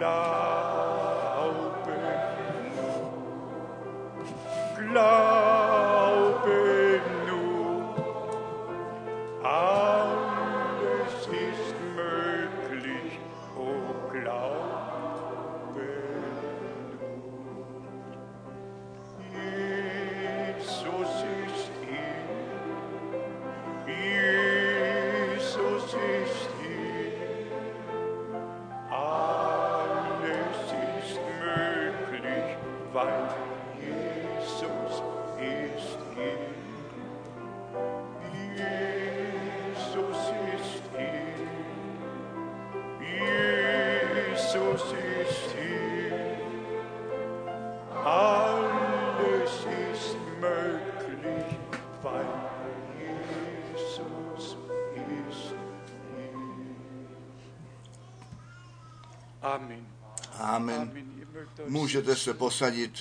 Amen. Můžete se posadit.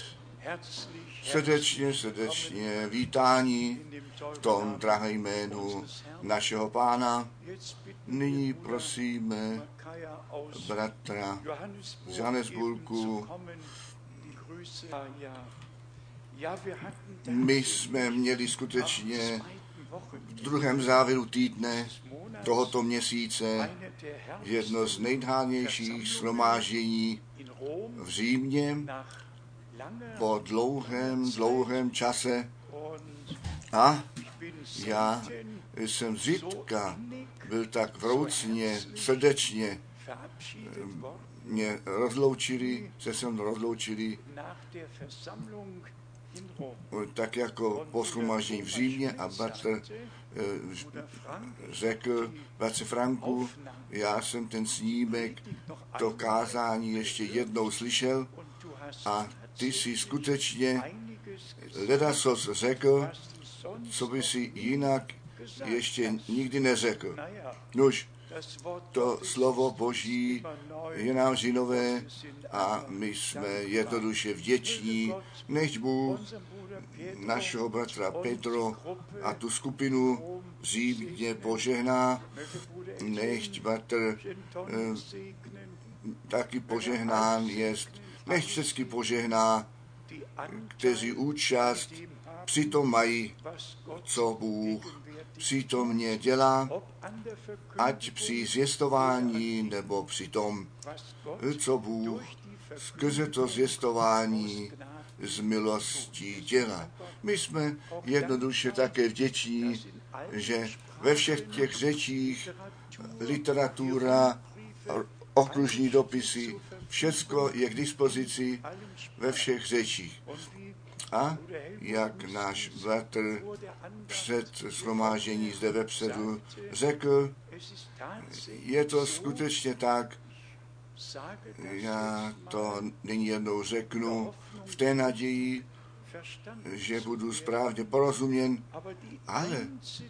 Srdečně vítání v tom drahém jménu našeho Pána. Nyní prosíme bratra z Johannesburgu. My jsme měli skutečně v druhém závěru týdne tohoto měsíce jedno z nejnádhernějších shromáždění v Římě po dlouhém čase. A já jsem zítka byl tak vroucně, srdečně mě rozloučili, tak jako po shromáždění v Římě a bratr řekl, bratře Franku, já jsem ten snímek, to kázání ještě jednou slyšel a ty si skutečně ledacos řekl, co by si jinak ještě nikdy neřekl. Nuž, to slovo Boží je nám nové a my jsme jednoduše vděční, nechť Bůh našeho bratra Petro a tu skupinu v Římě požehná, nechť bratr taky požehnán jest, nechť všechny požehná, kteří účast přitom mají, co Bůh přítomně dělá, ať při zvěstování nebo při tom, co Bůh skrze to zvěstování z milostí dělá. My jsme jednoduše také vděční, že ve všech těch řečích literatura, okružní dopisy, všecko je k dispozici ve všech řečích. A jak náš bratr před shromáždění zde vepředu řekl, je to skutečně tak, já to nyní jednou řeknu, v té naději, že budu správně porozuměn, ale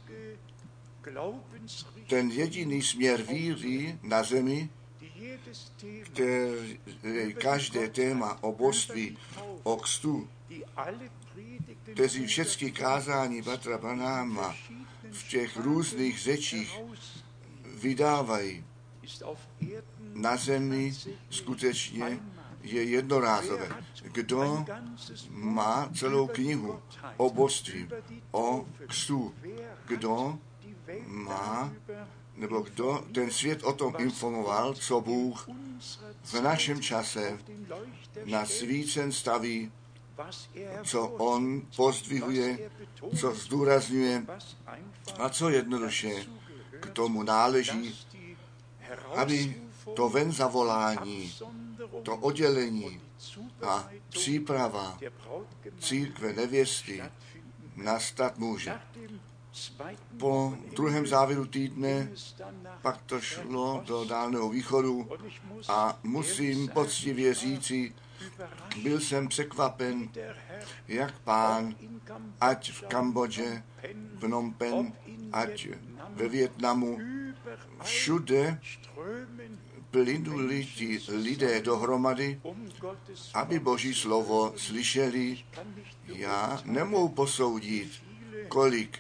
ten jediný směr víry na zemi, který každé téma o božství, o křtu, kteří všechny kázání bratra Branhama v těch různých řečích vydávají, na zemi skutečně je jednorázové. Kdo má celou knihu o božství, o křtu, kdo má, nebo kdo ten svět o tom informoval, co Bůh v našem čase na svícen staví, co on pozdvihuje, co zdůrazňuje a co jednoduše k tomu náleží, aby to ven zavolání, to oddělení a příprava církve nevěsty nastat může. Po druhém závěru týdne pak to šlo do Dálného východu a musím poctivě říci, byl jsem překvapen, jak Pán, ať v Kambodži, Phnom Penh, ať ve Vietnamu, všude plynuli ti lidé dohromady, aby Boží slovo slyšeli. Já nemohu posoudit, kolik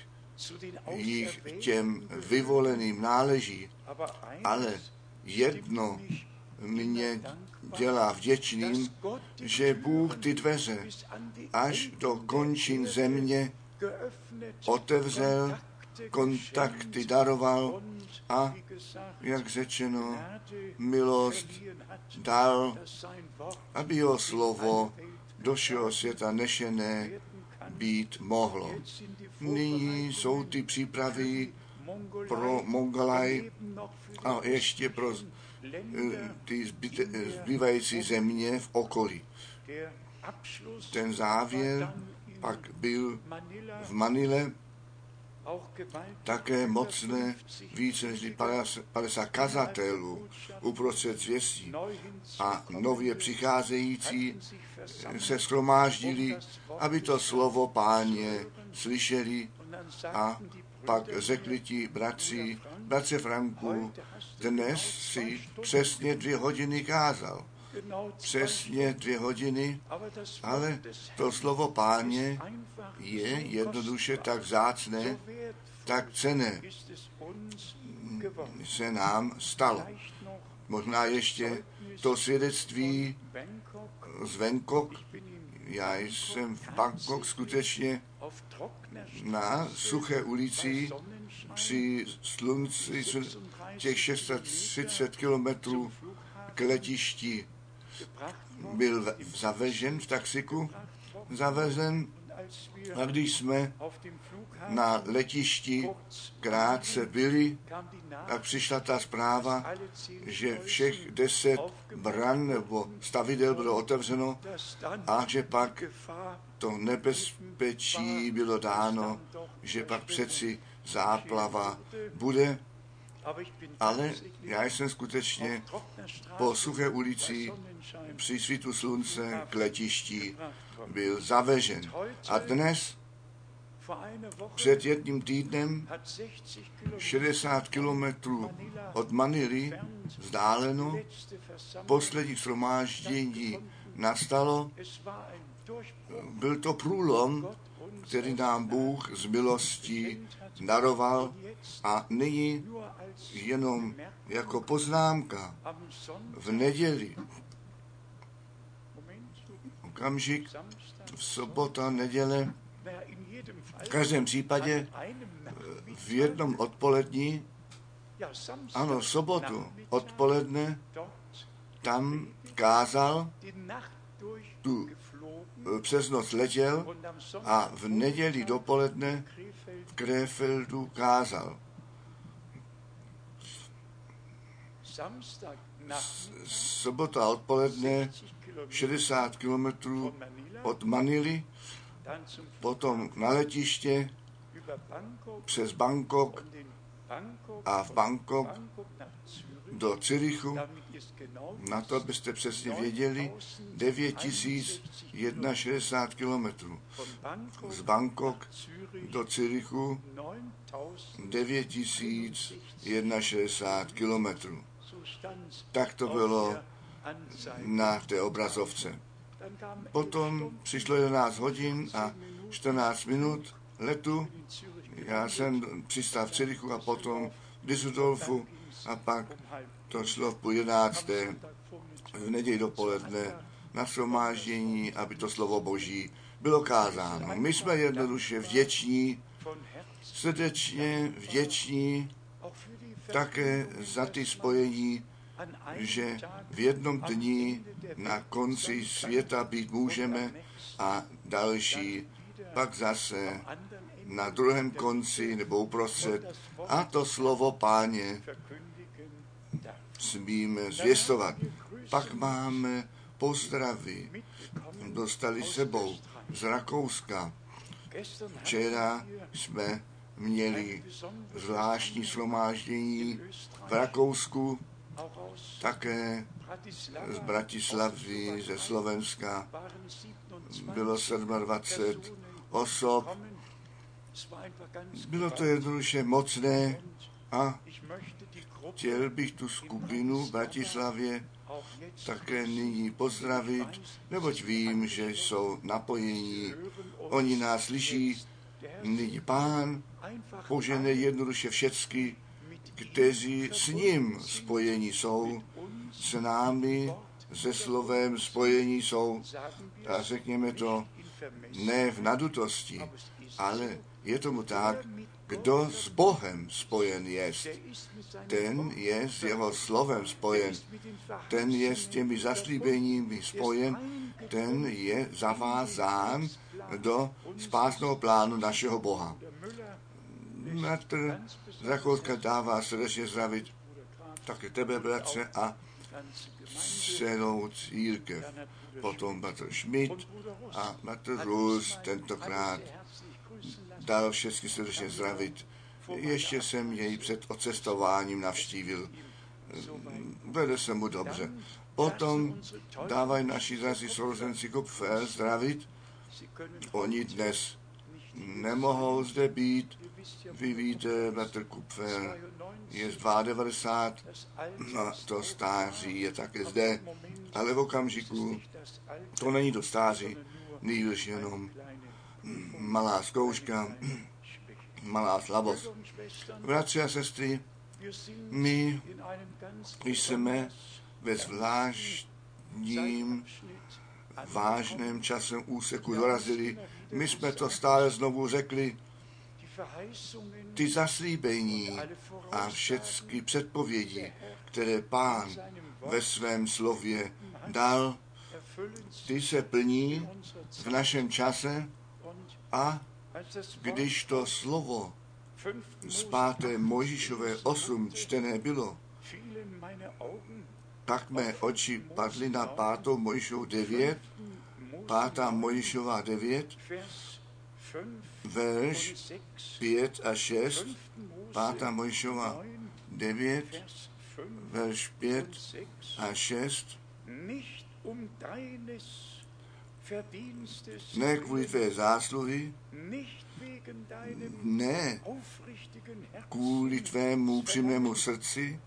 jich těm vyvoleným náleží, ale jedno mě dělá vděčným, že Bůh ty dveře až do končin země otevřel, kontakty daroval a, jak řečeno, milost dal, aby jeho slovo do všeho světa nešené být mohlo. Nyní jsou ty přípravy pro Mongolaj a ještě pro ty zbývající země v okolí. Ten závěr pak byl v Manile, také mocné, více než 50 kazatelů uprostřed zvěstí a nově přicházející se shromáždili, aby to slovo Páně slyšeli a pak řekli ti bratře Franku, dnes si přesně 2 hodiny kázal. Přesně 2 hodiny, ale to slovo Páně je jednoduše tak vzácné, tak cenné se nám stalo. Možná ještě to svědectví z Bangkok. Já jsem v Bangkok skutečně na suché ulici při slunci těch 630 kilometrů k letišti byl zavežen v taxiku, zavezen, a když jsme na letišti krátce byli, tak přišla ta zpráva, že všech 10 bran nebo stavidel bylo otevřeno a že pak to nebezpečí bylo dáno, že pak přeci záplava bude. Ale já jsem skutečně po suché ulici při svitu slunce k letišti byl zavežen. A dnes, před 1 týdnem, 60 kilometrů od Manily vzdáleno, poslední shromáždění nastalo. Byl to průlom, který nám Bůh z milostí daroval a nyní jenom jako poznámka v neděli, okamžik, v sobota, neděle, v každém případě v jednom odpolední, ano, v sobotu odpoledne, tam kázal, tu přes noc letěl a v neděli dopoledne v Krefeldu kázal. Sobota odpoledne 60 kilometrů od Manily, potom na letiště přes Bangkok a v Bangkok do Zürichu. Na to byste přesně věděli, 9061 kilometrů. Z Bangkok do Zürichu 9061 kilometrů. Tak to bylo na té obrazovce. Potom přišlo 11 hodin a 14 minut letu. Já jsem přistál v Zürichu a potom v Düsseldorfu a pak to šlo v 11. v neděli dopoledne na shromáždění, aby to slovo Boží bylo kázáno. My jsme jednoduše vděční, srdečně vděční také za ty spojení, že v jednom dni na konci světa být můžeme a další pak zase na druhém konci nebo uprostřed a to slovo Páně smíme zvěstovat. Pak máme pozdravy, dostali sebou z Rakouska. Včera jsme měli zvláštní shromáždění v Rakousku, také z Bratislavy, ze Slovenska. Bylo 27 osob. Bylo to jednoduše mocné a chtěl bych tu skupinu v Bratislavě také nyní pozdravit, neboť vím, že jsou napojení. Oni nás slyší. Nyní Pán požene jednoduše všecky, kteří s ním spojení jsou s námi se slovem spojení jsou, a řekněme to, ne v nadutosti, ale je tomu tak, kdo s Bohem spojen jest, ten je s jeho slovem spojen, ten je s těmi zaslíbeními spojen, ten je zavázán do spásného plánu našeho Boha. Matr Rakouska dává srdečně zdravit také tebe, bratře, a celou církev. Potom Matr Schmidt a Matr Rus tentokrát dal všechny srdečně zdravit. Ještě jsem jej před odcestováním navštívil. Vede se mu dobře. Potom dávají naši zazí sourozenci Kupfer zdravit. Oni dnes nemohou zde být. Vy víte, bratr Kupfer je z 92, a to stáří je také zde, ale v okamžiku to není to stáří, nejvíc jenom malá zkouška, malá slabost. Bratři a sestry, my jsme ve zvláštním vážném časem úseku dorazili. My jsme to stále znovu řekli, ty zaslíbení a všechny předpovědi, které Pán ve svém slově dal, ty se plní v našem čase, a když to slovo z 5. Mojžíšové 8 čtené bylo, tak mé oči padly na 5. Mojžíšovu 9, 5. Mojžíšova 9, verš 5 a 6, 5. Mojžíšova 9, verš 5 a 6. Ne kvůli tvé zásluhy, ne kvůli tvému upřímnému srdci,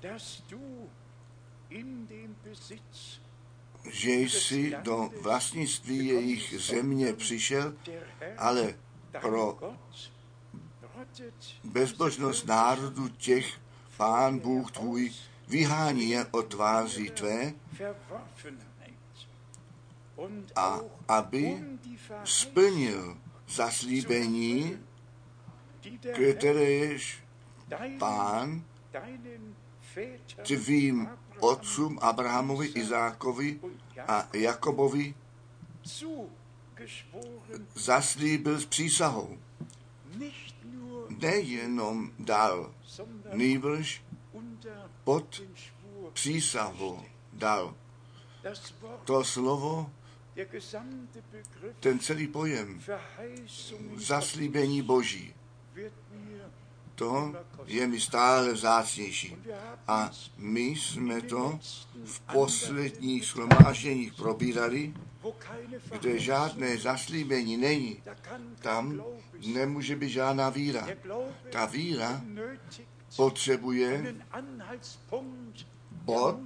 že jsi do vlastnictví jejich země přišel, ale pro bezbožnost národu těch Pán Bůh tvůj vyhání je od tváří tvé, a aby splnil zaslíbení, kteréž Pán tvým otcům Abrahamovi, Izákovi a Jakobovi zaslíbil s přísahou. Nejenom dal, nýbrž pod přísahu dal. To slovo, ten celý pojem zaslíbení Boží, to je mi stále vzácnější. A my jsme to v posledních shromážděních probírali, kde žádné zaslíbení není. Tam nemůže být žádná víra. Ta víra potřebuje bod,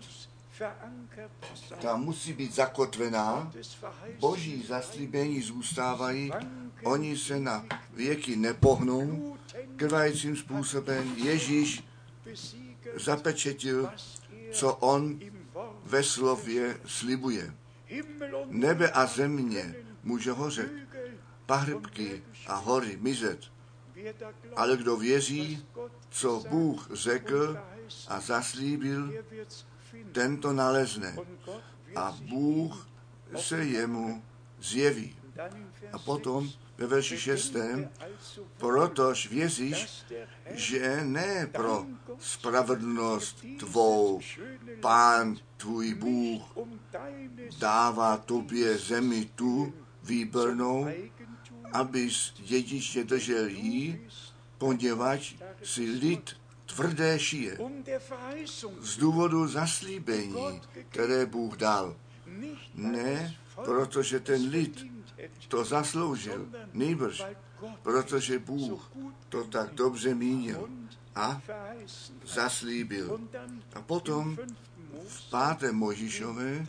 ta musí být zakotvená, Boží zaslíbení zůstávají, oni se na věky nepohnou, krvajícím způsobem Ježíš zapečetil, co on ve slově slibuje. Nebe a země může hořet, pahrybky a hory mizet, ale kdo věří, co Bůh řekl a zaslíbil, ten to nalezne a Bůh se jemu zjeví. A potom ve verši 6. Protož věříš, že ne pro spravedlnost tvou Pán tvůj Bůh dává tobě zemi tu výbornou, abys dědičně držel jí, poněvadž si lid tvrdé šije. Z důvodu zaslíbení, které Bůh dal. Ne, protože ten lid to zasloužil, nýbrž, protože Bůh to tak dobře mínil a zaslíbil. A potom v 5. Mojžíšové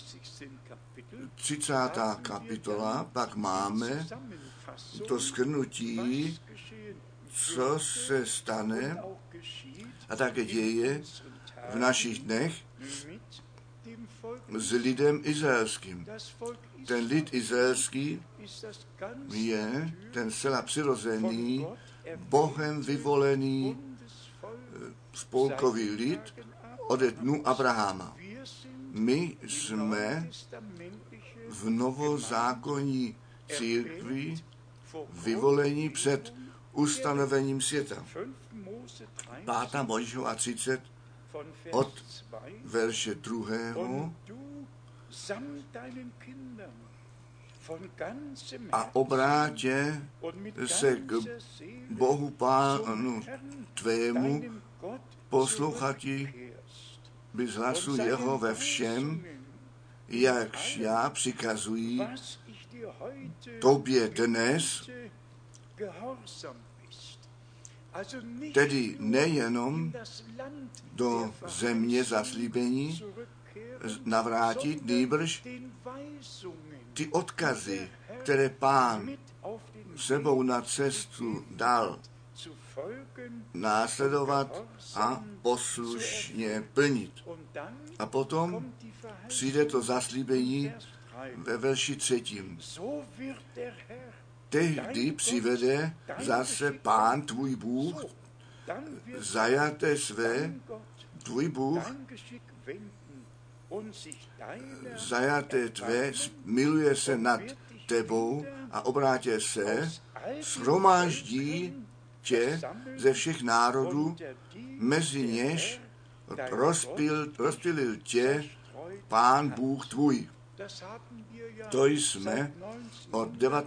30. kapitola pak máme to shrnutí, co se stane a také děje v našich dnech s lidem izraelským. Ten lid izraelský je ten zcela přirozený, Bohem vyvolený spolkový lid ode dnu Abrahama. My jsme v novozákonní církvi vyvolení před ustanovením světa. 5. Mojžíšova 30 od verše 2. A obrátě se k Bohu Pánu tvému, poslouchati bys hlasu jeho ve všem, jakž já přikazuji tobě dnes, tedy nejenom do země zaslíbení navrátit, nýbrž ty odkazy, které Pán sebou na cestu dal, následovat a poslušně plnit. A potom přijde to zaslíbení ve verši 3. Tehdy přivede zase Pán tvůj Bůh zajaté své, tvůj Bůh zajaté tvé, miluje se nad tebou a obrátě se, shromáždí tě ze všech národů, mezi něž rozptýlil tě Pán Bůh tvůj. To jsme od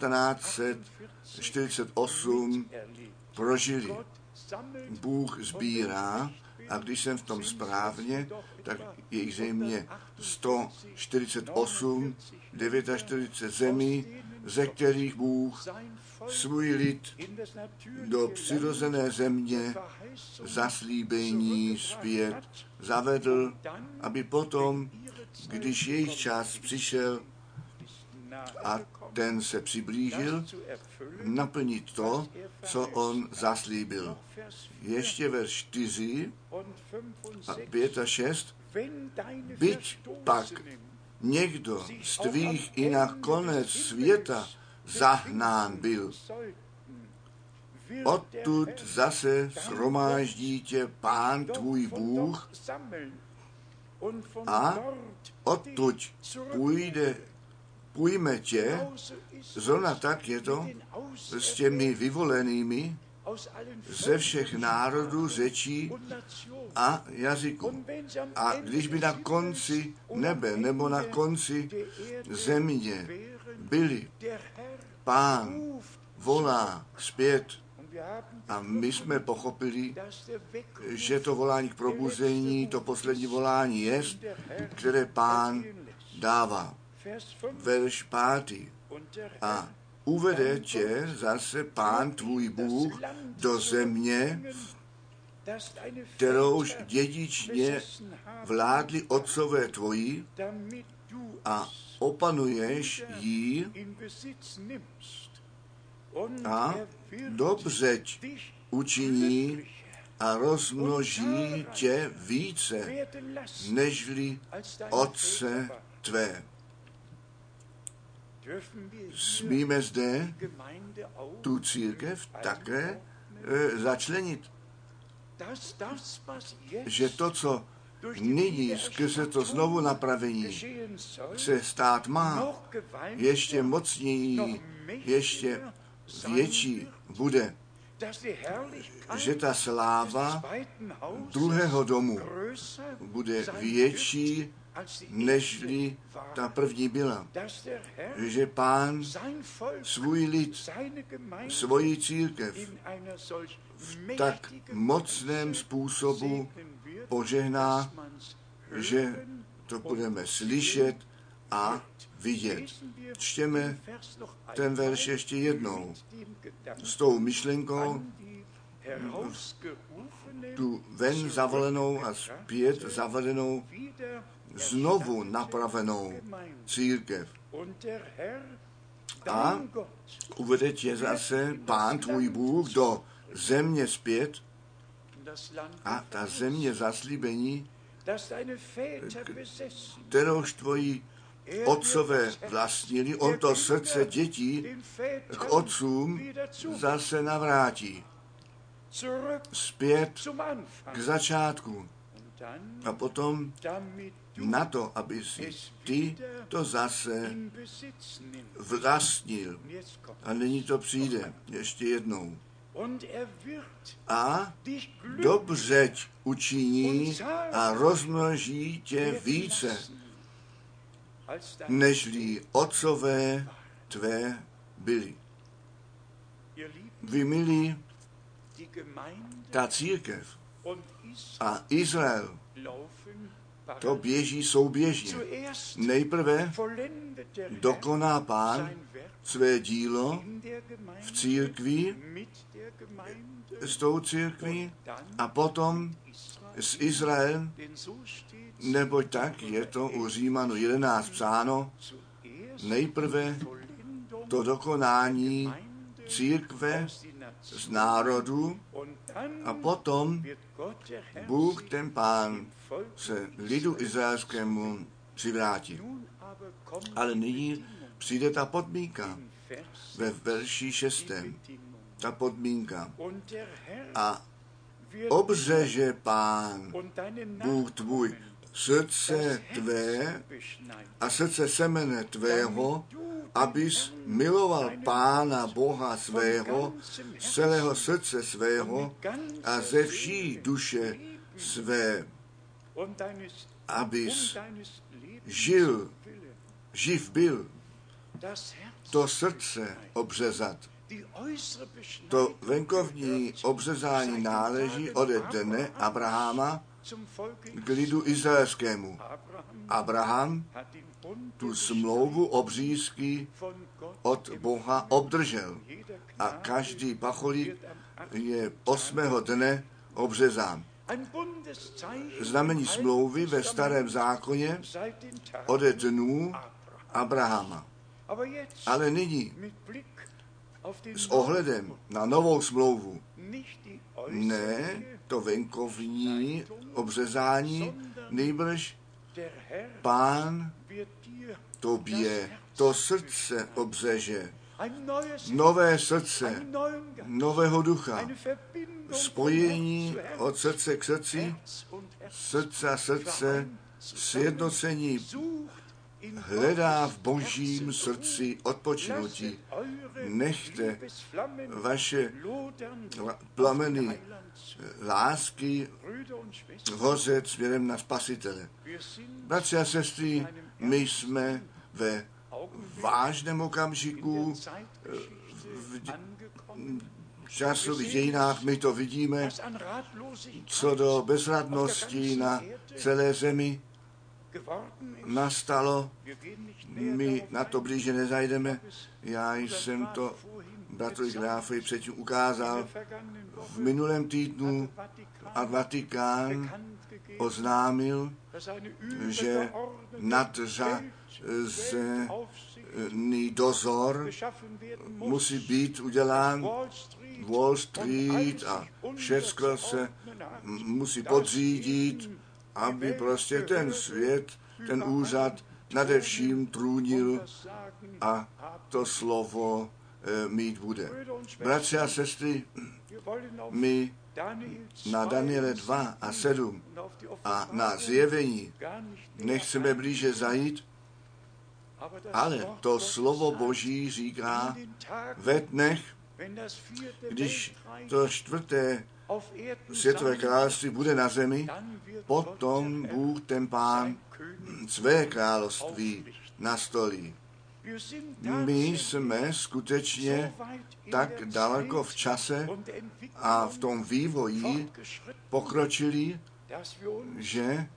1948 prožili. Bůh sbírá, a když jsem v tom správně, tak je jich zřejmě 148, 49 zemí, ze kterých Bůh svůj lid do přirozené země zaslíbení zpět zavedl, aby potom, když jejich čas přišel a ten se přiblížil, naplnit to, co on zaslíbil. Ještě verš 4 a 5 a 6. Byť pak někdo z tvých i na konec světa zahnán byl, odtud zase shromáždí tě Pán tvůj Bůh a odtud půjme tě, zrovna tak je to s těmi vyvolenými ze všech národů, řečí a jazyků. A když by na konci nebe nebo na konci země byli, Pán volá zpět a my jsme pochopili, že to volání k probuzení, to poslední volání je, které Pán dává. Verš 5. A uvede tě zase Pán tvůj Bůh do země, kterouž dědičně vládli otcové tvoji a opanuješ ji a dobře učiní a rozmnoží tě více, nežli otce tvé. Smíme zde tu církev také začlenit, že to, co nyní skrze to znovu napravení se stát má, ještě mocněji, ještě větší bude, že ta sláva druhého domu bude větší, nežli ta první byla. Že Pán svůj lid, svoji církev v tak mocném způsobu požehná, že to budeme slyšet a vidět. Čtěme ten verš ještě jednou s tou myšlenkou, tu ven zavolenou a zpět zavedenou, znovu napravenou církev. A uvede tě zase Pán tvůj Bůh do země zpět a ta země zaslíbení kterouž tvoji otcové vlastnili, on to srdce dětí k otcům zase navrátí. Zpět k začátku. A potom na to, aby si ty to zase vlastnil. A nyní to přijde ještě jednou. A dobře učiní a rozmnoží tě více, nežli otcové tvé byli. Vy milí, ta církev a Izrael, to běží souběžně. Nejprve dokoná Pán své dílo v církvi, s tou církví a potom s Izraelem, neboť tak je to u Římanu 11 psáno, nejprve to dokonání církve z národu a potom Bůh, ten Pán, se lidu izraelskému přivrátí. Ale nyní přijde ta podmínka ve verši 6. Ta podmínka. A obřeže Pán, Bůh tvůj, srdce tvé a srdce semene tvého, abys miloval Pána Boha svého, z celého srdce svého a ze vší duše své, abys živ byl, to srdce obřezat. To venkovní obřezání náleží ode dne Abrahama k lidu izraelskému. Abraham tu smlouvu obřízky od Boha obdržel a každý pacholík je 8. dne obřezán. Znamení smlouvy ve Starém zákoně ode dnů Abrahama. Ale nyní s ohledem na novou smlouvu ne to venkovní obřezání, nýbrž Pán tobě to srdce obřeže. Nové srdce, nového ducha, spojení od srdce k srdci, srdce a srdce, sjednocení hledá v Božím srdci odpočinutí. Nechte vaše plameny lásky hořet směrem na Spasitele. Bratři a sestry, my jsme ve vážném okamžiku v časových dějinách, my to vidíme, co do bezradnosti na celé zemi nastalo. My na to blíže nezajdeme. Já jsem to bratrovi Gráfovi předtím ukázal v minulém týdnu a Vatikán oznámil, že nadřazený dozor musí být udělán. Wall Street a všechno se musí podřídit, aby prostě ten svět, ten úřad nade vším trůnil a to slovo mít bude. Bratři a sestry, my na Daniele 2 a 7 a na zjevení nechceme blíže zajít, ale to slovo Boží říká ve dnech, když to 4. světové království bude na zemi, potom Bůh, ten Pán, své království nastolí. My jsme skutečně tak daleko v čase a v tom vývoji pokročili, že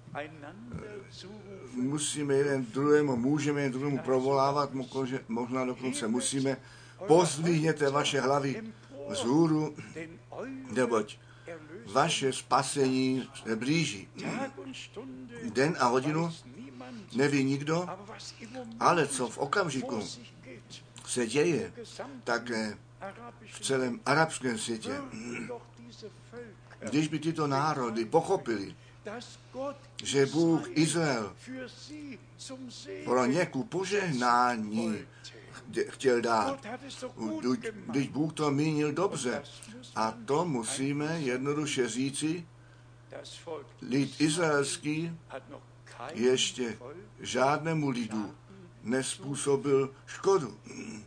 můžeme jeden druhému provolávat, možná dokonce musíme. Pozdvihněte vaše hlavy vzhůru, neboť vaše spasení se blíží. Den a hodinu neví nikdo, ale co v okamžiku se děje, tak v celém arabském světě Když by tyto národy pochopili, že Bůh Izrael pro ně ku požehnání chtěl dát, když Bůh to mínil dobře. A to musíme jednoduše říci, lid izraelský ještě žádnému lidu nespůsobil škodu.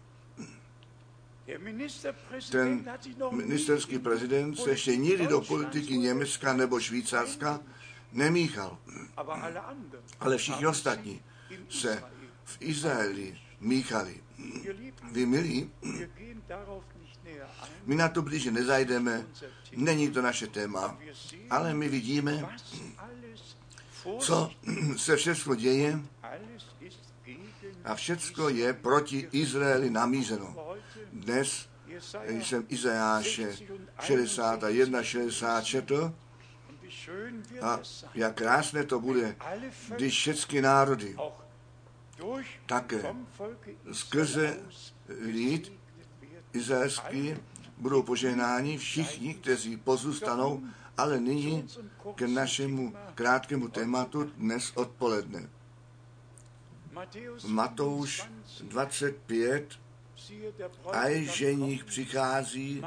Ten ministerský prezident se ještě nikdy do politiky Německa nebo Švýcarska nemíchal. Ale všichni ostatní se v Izraeli míchali. Vy milí, my na to blíže nezajdeme, není to naše téma, ale my vidíme, co se všechno děje a všechno je proti Izraeli namířeno. Dnes jsem Izajáše 61, 60 četl a jak krásné to bude, když všechny národy také skrze lid izraelský budou požehnáni, všichni, kteří pozůstanou, ale nyní k našemu krátkému tématu dnes odpoledne. Matouš 25, a ženich přichází,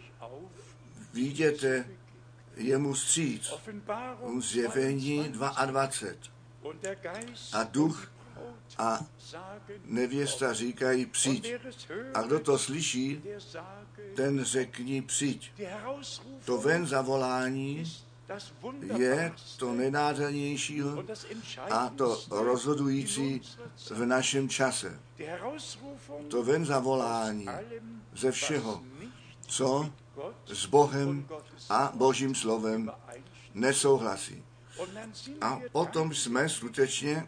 viděte jemu vstříc. Zjevení 22. A duch a nevěsta říkají přijď. A kdo to slyší, ten řekni přijď. To ven zavolání je to nejnádhernějšího a to rozhodující v našem čase. To ven zavolání ze všeho, co s Bohem a Božím slovem nesouhlasí. A potom jsme skutečně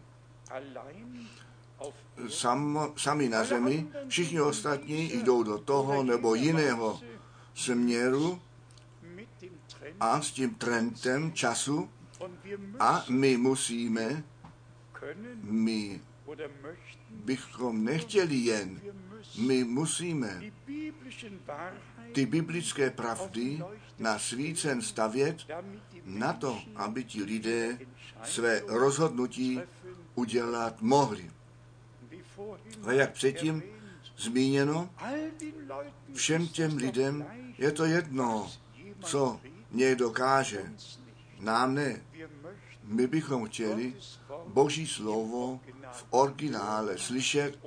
sami na zemi, všichni ostatní jdou do toho nebo jiného směru a s tím trendem času a my musíme, my bychom nechtěli jen, my musíme ty biblické pravdy na svícen stavět na to, aby ti lidé své rozhodnutí udělat mohli. A jak předtím zmíněno, všem těm lidem je to jedno, co někdo káže. Nám ne. My bychom chtěli Boží slovo v originále slyšet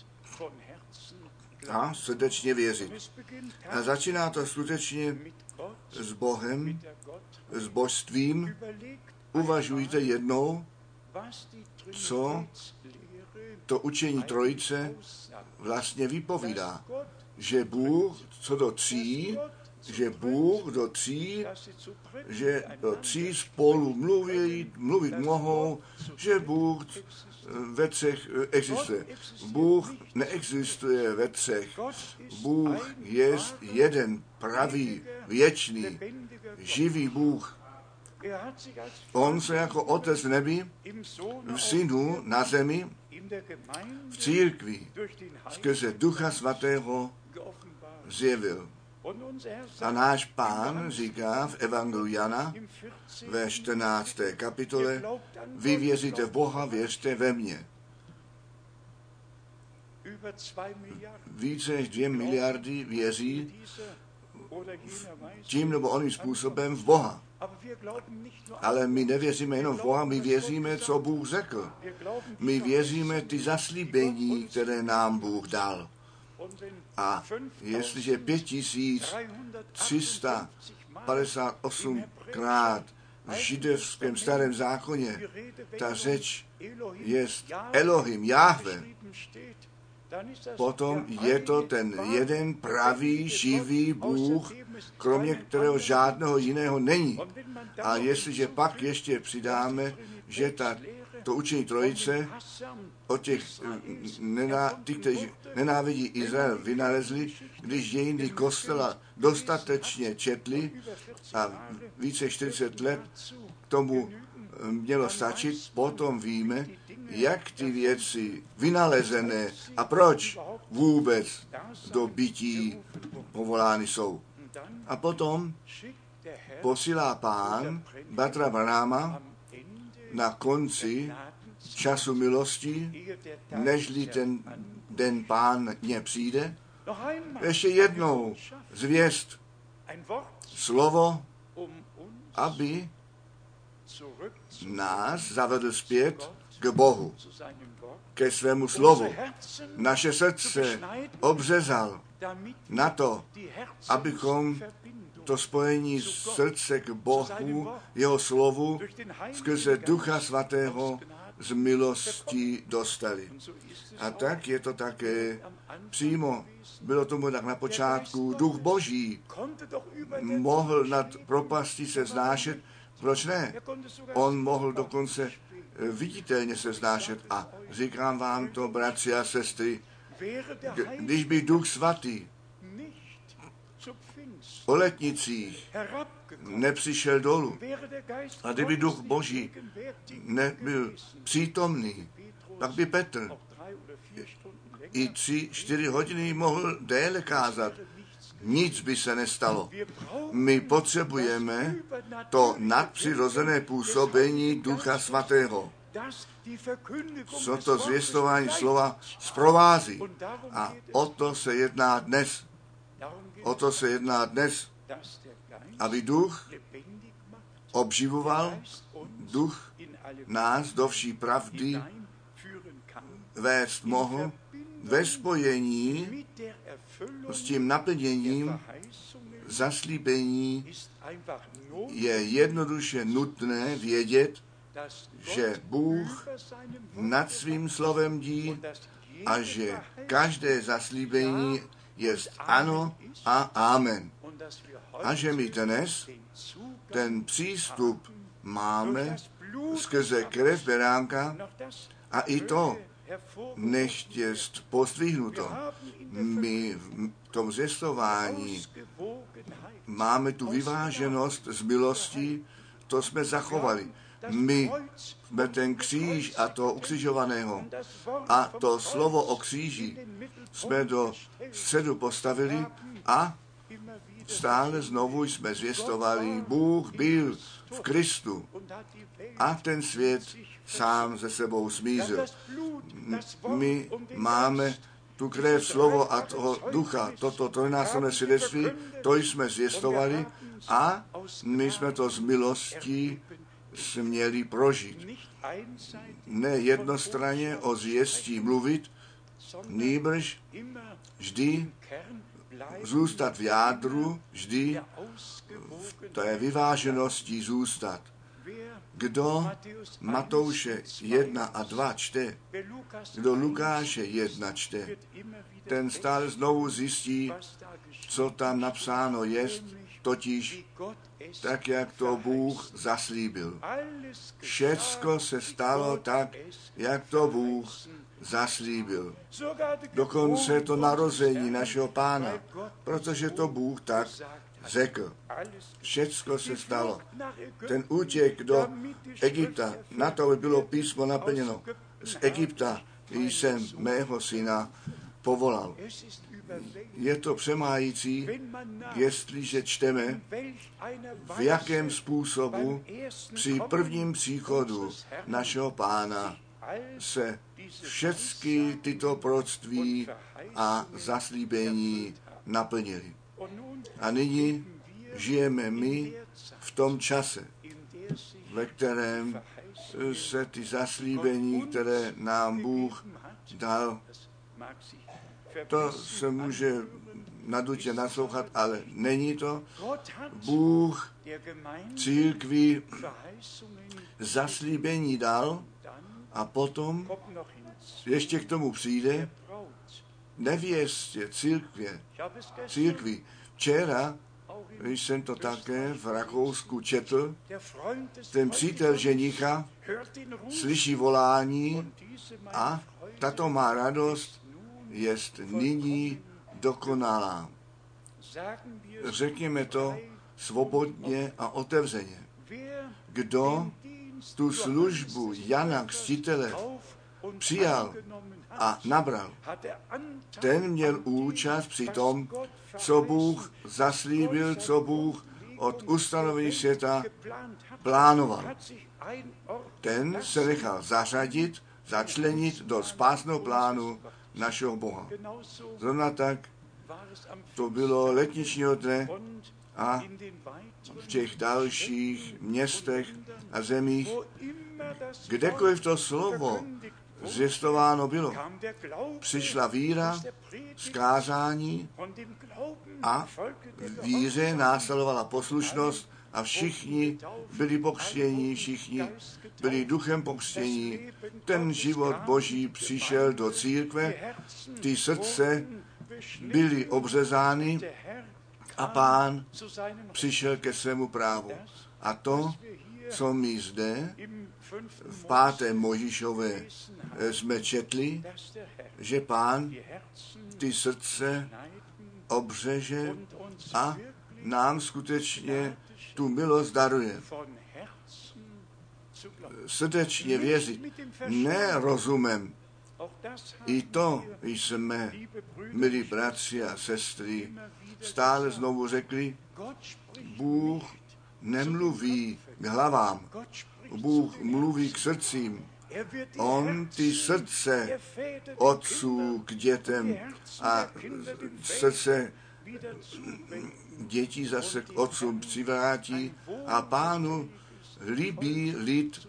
a srdečně věřit. A začíná to skutečně s Bohem, s božstvím. Uvažujte jednou, co to učení Trojice vlastně vypovídá. Že Bůh co do tří, že do tří spolu mluvit mohou, že Bůh ve třech existuje. Bůh neexistuje ve třech. Bůh je jeden pravý, věčný, živý Bůh. On se jako Otec v nebi, v Synu na zemi, v církvi, skrze Ducha Svatého zjevil. A náš Pán říká v Evangeliu Jana ve 14. kapitole, vy věříte v Boha, věřte ve mně. Více než 2 miliardy věří tím nebo oným způsobem v Boha. Ale my nevěříme jenom v Boha, my věříme, co Bůh řekl. My věříme ty zaslíbení, které nám Bůh dal. A jestliže 5358krát v židovském starém zákoně ta řeč je Elohim, Jahve, potom je to ten jeden pravý, živý Bůh, kromě kterého žádného jiného není. A jestliže pak ještě přidáme, že to učení Trojice od těch, ty, kteří nenávidí Izrael, vynalezli, když dějiny kostela dostatečně četli a více 40 let k tomu mělo stačit, potom víme, jak ty věci vynalezené a proč vůbec do bytí povolány jsou. A potom posílá Pán bratra Branhama na konci času milosti, nežli ten den Páně přijde, ještě jednou zvěst slovo, aby nás zavedl zpět k Bohu, ke svému slovu. Naše srdce obřezal na to, abychom to spojení srdce k Bohu, jeho slovu, skrze Ducha Svatého z milosti dostali. A tak je to také přímo, bylo tomu tak na počátku, Duch Boží mohl nad propastí se vznášet. Proč ne? On mohl dokonce viditelně se vznášet. A říkám vám to, bratři a sestry, když by Duch Svatý o letnicích nepřišel dolů a kdyby Duch Boží nebyl přítomný, tak by Petr i 3-4 hodiny mohl déle kázat. Nic by se nestalo. My potřebujeme to nadpřirozené působení Ducha Svatého, co to zvěstování slova zprovází. A o to se jedná dnes. O to se jedná dnes, aby Duch obživoval, Duch nás do vší pravdy vést mohl ve spojení s tím naplněním zaslíbení. Je jednoduše nutné vědět, že Bůh nad svým slovem dí a že každé zaslíbení je ano a amen. A že my dnes ten přístup máme skrze krev beránka a i to nechtě pozdvihnuto. My v tom zvěstování máme tu vyváženost z milostí, to jsme zachovali. My jsme ten kříž a to ukřižovaného a to slovo o kříži jsme do středu postavili a stále znovu jsme zvěstovali. Bůh byl v Kristu a ten svět sám ze sebou smířil. My máme tu krev, slovo a toho ducha, toto trojnásobné svědectví, to jsme zvěstovali a my jsme to z milostí směli prožít. Ne jednostranně o zvěstí mluvit, nýbrž vždy zůstat v jádru, vždy v té vyváženosti zůstat. Kdo Matouše 1 a 2 čte, kdo Lukáše 1 čte, ten stále znovu zjistí, co tam napsáno jest, totiž tak, jak to Bůh zaslíbil. Všecko se stalo tak, jak to Bůh zaslíbil. Dokonce to narození našeho Pána, protože to Bůh tak řekl. Všecko se stalo. Ten útěk do Egypta, na to by bylo písmo naplněno. Z Egypta jsem mého syna povolal. Je to přemájící, jestliže čteme, v jakém způsobu při prvním příchodu našeho Pána se všechny tyto proroctví a zaslíbení naplnily. A nyní žijeme my v tom čase, ve kterém se ty zaslíbení, které nám Bůh dal, to se může nadutě naslouchat, ale není to. Bůh církvi zaslíbení dal a potom ještě k tomu přijde nevěstě církvi. Včera jsem to také v Rakousku četl. Ten přítel ženicha slyší volání a tato má radost jest nyní dokonalá. Řekněme to svobodně a otevřeně. Kdo tu službu Jana Křtitele přijal a nabral, ten měl účast při tom, co Bůh zaslíbil, co Bůh od ustanovení světa plánoval. Ten se nechal zařadit, začlenit do spásného plánu našeho Boha. Zrovna tak to bylo letničního dne a v těch dalších městech a zemích, kdekoliv to slovo zvěstováno bylo, přišla víra, zkázání a víře následovala poslušnost a všichni byli pokřtění, všichni byli duchem pokřtění. Ten život Boží přišel do církve, ty srdce byly obřezány a Pán přišel ke svému právu. A to, co my zde v 5. Mojžíšové jsme četli, že Pán ty srdce obřeže a nám skutečně tu milost daruje. Srdečně věřit, ne rozumem. I to jsme, milí bratři a sestry, stále znovu řekli, Bůh nemluví k hlavám, Bůh mluví k srdcím. On ty srdce otců k dětem a srdce dětí zase k otcům přivrátí a Pánu líbí lid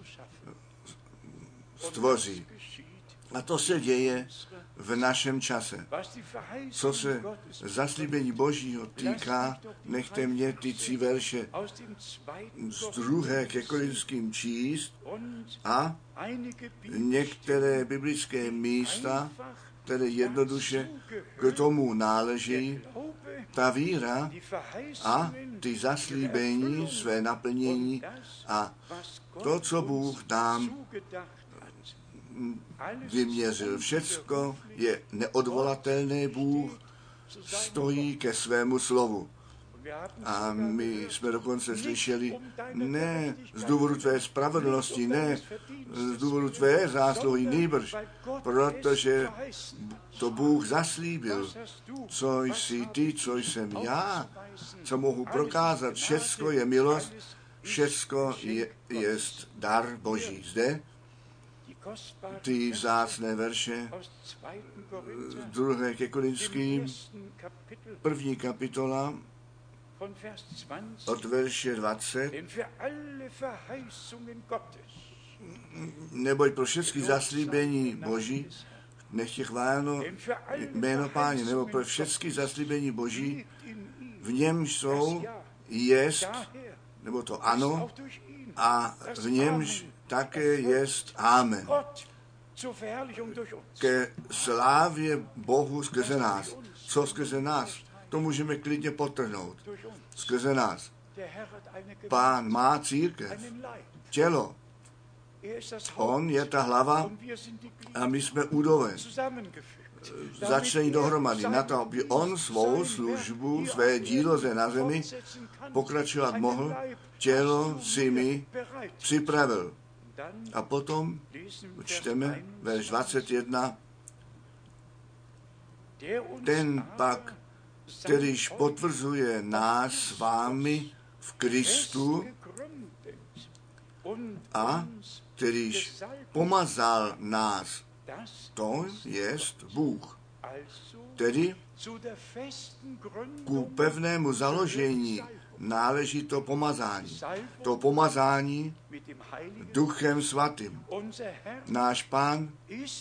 stvoří. A to se děje v našem čase. Co se zaslíbení Božího týká, nechte mě ty 3 verše z 2. ke Korinským číst a některé biblické místa, které jednoduše k tomu náleží, ta víra a ty zaslíbení, své naplnění a to, co Bůh nám vyměřil. Všecko je neodvolatelné, Bůh stojí ke svému slovu. A my jsme dokonce slyšeli, ne z důvodu tvé spravedlnosti, ne z důvodu tvé zásluhy, nýbrž, protože to Bůh zaslíbil, co jsi ty, co jsem já, co mohu prokázat. Všecko je milost, všecko je dar Boží. Zde ty vzácné verše z 2. ke Korinským, 1. kapitola, od verše 20. Neboť pro všechny zaslíbení Boží, nech je chváleno jméno Páně, nebo pro všechny zaslíbení Boží, v něm jsou jest, nebo to ano, a v němž také jest amen. Ke slávě Bohu skrze nás. Co skrze nás? To můžeme klidně podtrhnout. Skrze nás. Pán má církev, tělo. On je ta hlava a my jsme údové. Začlení dohromady na to, aby on svou službu, své dílo zde na zemi pokračovat mohl, tělo si mi připravil. A potom čteme verš 21. Ten pak, kterýž potvrzuje nás s vámi v Kristu a kterýž pomazal nás, to jest Bůh. Tedy ku pevnému založení náleží to pomazání. To pomazání Duchem Svatým. Náš Pán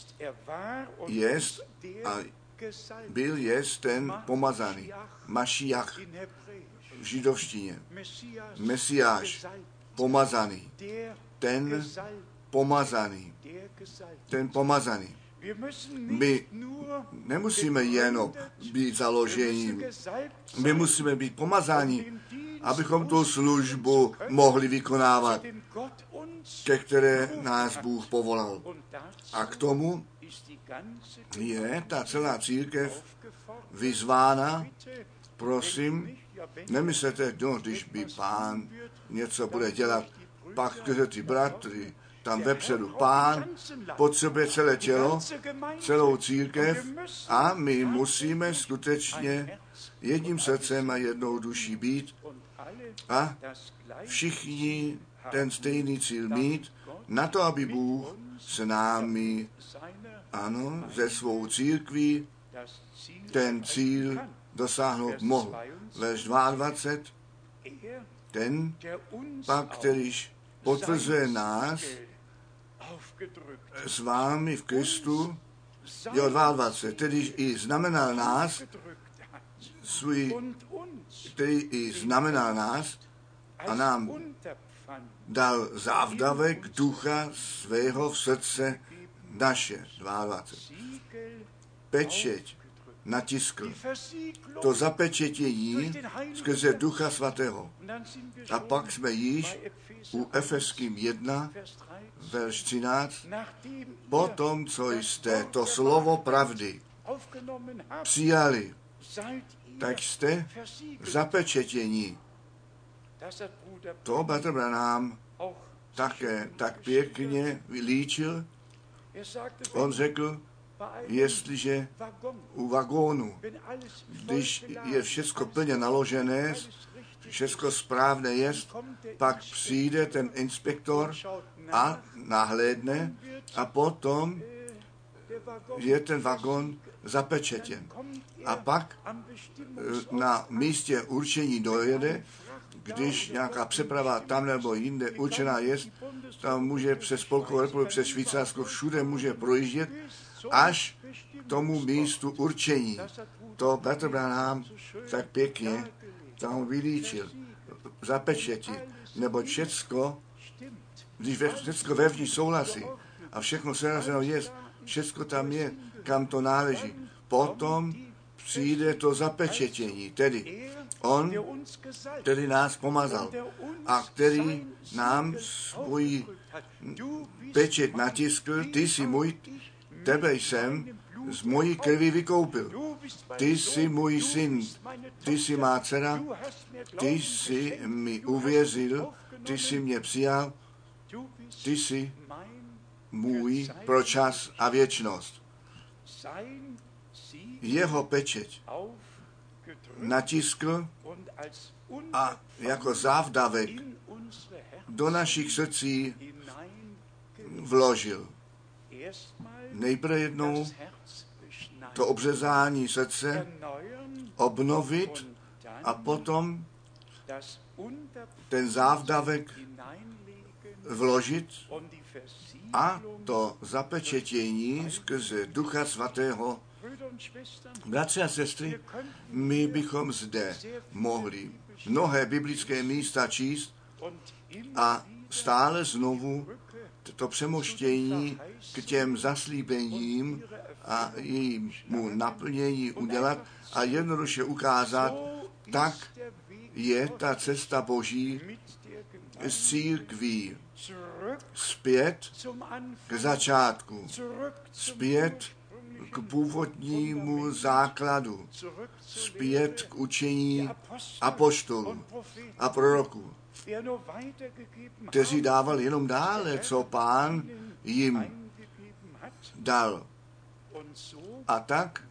jest a byl jest ten pomazaný. Mašiach v židovštině. Mesiáš, pomazaný. Ten pomazaný. Ten pomazaný. My nemusíme jenom být založením. My musíme být pomazáni, abychom tu službu mohli vykonávat, ke které nás Bůh povolal. A k tomu je ta celá církev vyzvána. Prosím, nemyslete, když by Pán něco bude dělat, pak ty bratry tam vepředu. Pán potřebuje celé tělo, celou církev a my musíme skutečně jedním srdcem a jednou duší být a všichni ten stejný cíl mít, na to, aby Bůh s námi, ano, ze svou církví ten cíl dosáhnout mohl. Verš 22, ten pak, kterýž potvrzuje nás s vámi v Kristu, jo, 22, kterýž i znamenal nás, který i znamenal nás a nám dal závdavek ducha svého v srdce naše. 22. Pečeť natiskl. To zapečetění skrze Ducha Svatého. A pak jsme již u Efeským 1, verš 13. Potom, co jste to slovo pravdy přijali, tak jste zapečetění. To bratr Branham také tak pěkně vylíčil. On řekl, jestliže u vagónu, když je všechno plně naložené, všechno správné jest, pak přijde ten inspektor a nahlédne a potom je ten vagón zapečetěn. A pak na místě určení dojede, když nějaká přeprava tam nebo jinde určená je, tam může přes Spolkovou republiku, přes Švýcarsko, všude může projíždět až k tomu místu určení. To bratr Branham tak pěkně tam vylíčil. Zapečetí, nebo všecko, když všecko vevnitř souhlasí a všechno srazeno je, všecko tam je, kam to náleží. Potom přijde to zapečetění, tedy on, který nás pomazal a který nám svůj pečet natiskl, ty jsi můj, tebe jsem z mojí krvi vykoupil. Ty jsi můj syn, ty jsi má dcera, ty jsi mi uvěřil, ty jsi mě přijal, ty jsi můj pro čas a věčnost. Jeho pečeť natiskl a jako závdavek do našich srdcí vložil. Nejprve jednou to obřezání srdce obnovit a potom ten závdavek vložit a to zapečetění skrze Ducha Svatého. Bratři a sestry, my bychom zde mohli mnohé biblické místa číst a stále znovu to přemoštění k těm zaslíbením a jejímu naplnění udělat a jednoduše ukázat, tak je ta cesta Boží z církví zpět k začátku, zpět k původnímu základu, zpět k učení apoštolů a proroků, kteří dávali jenom dále, co Pán jim dal. A tak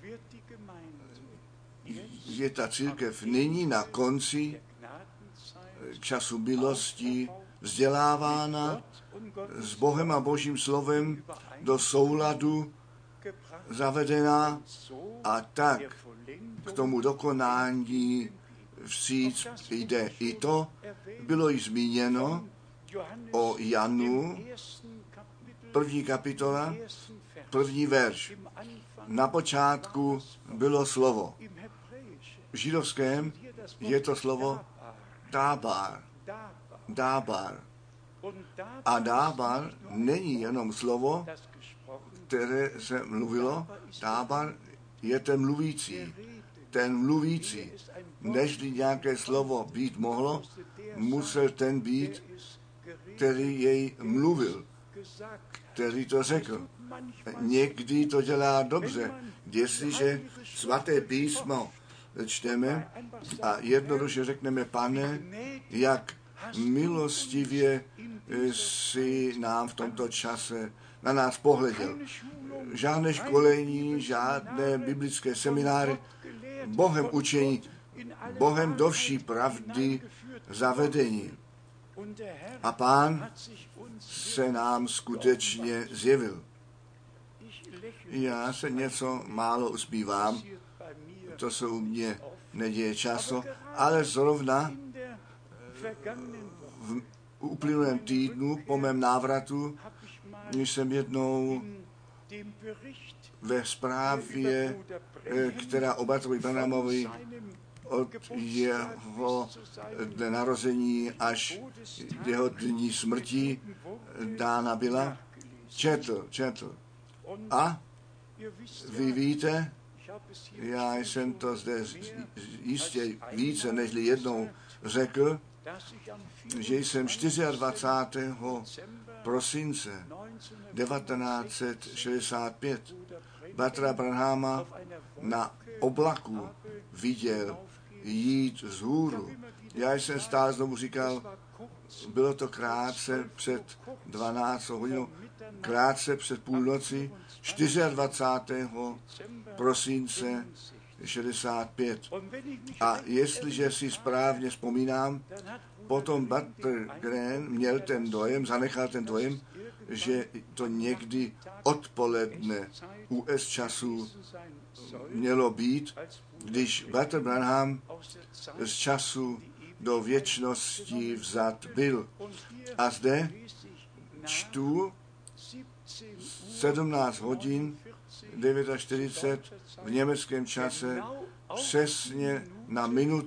je ta církev nyní na konci času milosti vzdělávána s Bohem a Božím slovem do souladu zavedená a tak k tomu dokonání vstříc jde. I to bylo již zmíněno o Janu, 1. kapitola, 1. verš. Na počátku bylo slovo. V židovském je to slovo dábar. Dábar. A dábar není jenom slovo, které se mluvilo. Dábar je ten mluvící. Ten mluvící. Nežli nějaké slovo být mohlo, musel ten být, který jej mluvil, který to řekl. Někdy to dělá dobře, jestliže svaté písmo čteme a jednoduše řekneme, Pane, jak milostivě si nám v tomto čase na nás pohleděl. Žádné školení, žádné biblické semináře, Bohem učení, Bohem do vší pravdy zavedení. A Pán se nám skutečně zjevil. Já se něco málo usmívám, to se u mě neděje často, ale zrovna v uplynulém týdnu po mém návratu jsem jednou ve zprávě, která o bratrovi Branhamovi od jeho dne narození až jeho dní smrti dána byla, četl. A vy víte, já jsem to zde jistě více než jednou řekl, že jsem 24. prosince 1965 bratra Branhama na oblaku viděl jít vzhůru. Já jsem stále znovu říkal, bylo to krátce před 12 hodinou, krátce před půlnoci, 24. prosince 65. A jestliže si správně vzpomínám, potom Butler Grant měl ten dojem, zanechal ten dojem, že to někdy odpoledne US času mělo být, když Butler Branham z času do věčnosti vzat byl. A zde čtu 17 hodin 49 v německém čase přesně na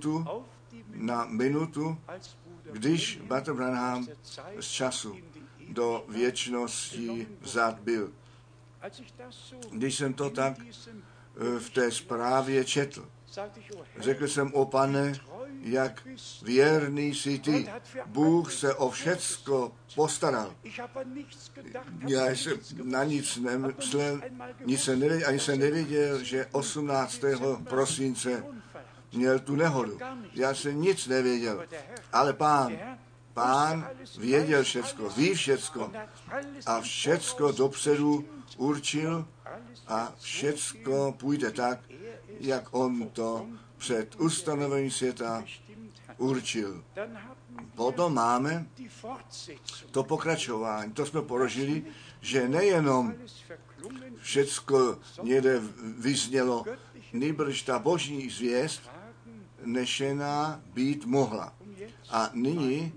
minutu, když Butler Branham z času do věčnosti vzat byl. Když jsem to tak v té zprávě četl, řekl jsem, o Pane, jak věrný jsi ty. Bůh se o všecko postaral. Já jsem na nic nemyslel, ani jsem nevěděl, že 18. prosince měl tu nehodu. Já jsem nic nevěděl, ale Pán věděl všecko, ví všecko a všecko dopředu určil a všecko půjde tak, jak on to před ustanovením světa určil. Potom máme to pokračování. To jsme porožili, že nejenom všecko někde vyznělo, nýbrž ta boží zvěst nešená být mohla. A nyní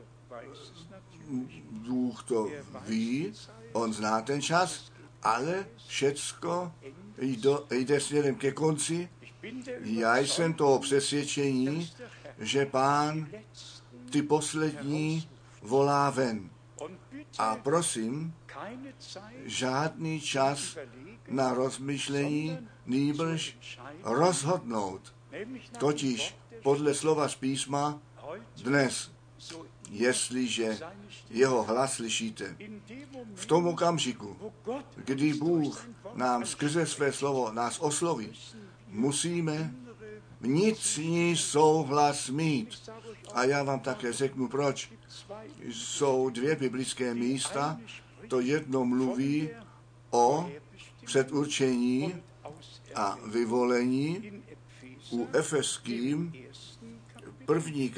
Bůh to ví, on zná ten čas, ale všecko jde směrem ke konci. Já jsem toho přesvědčení, že Pán ty poslední volá ven. A prosím, žádný čas na rozmyšlení, nýbrž rozhodnout. Totiž podle slova z písma dnes, jestliže jeho hlas slyšíte, v tom okamžiku, kdy Bůh nám skrze své slovo nás osloví, musíme vnitřní souhlas mít. A já vám také řeknu, proč. Jsou dvě biblické místa, to jedno mluví o předurčení a vyvolení u Efeským, první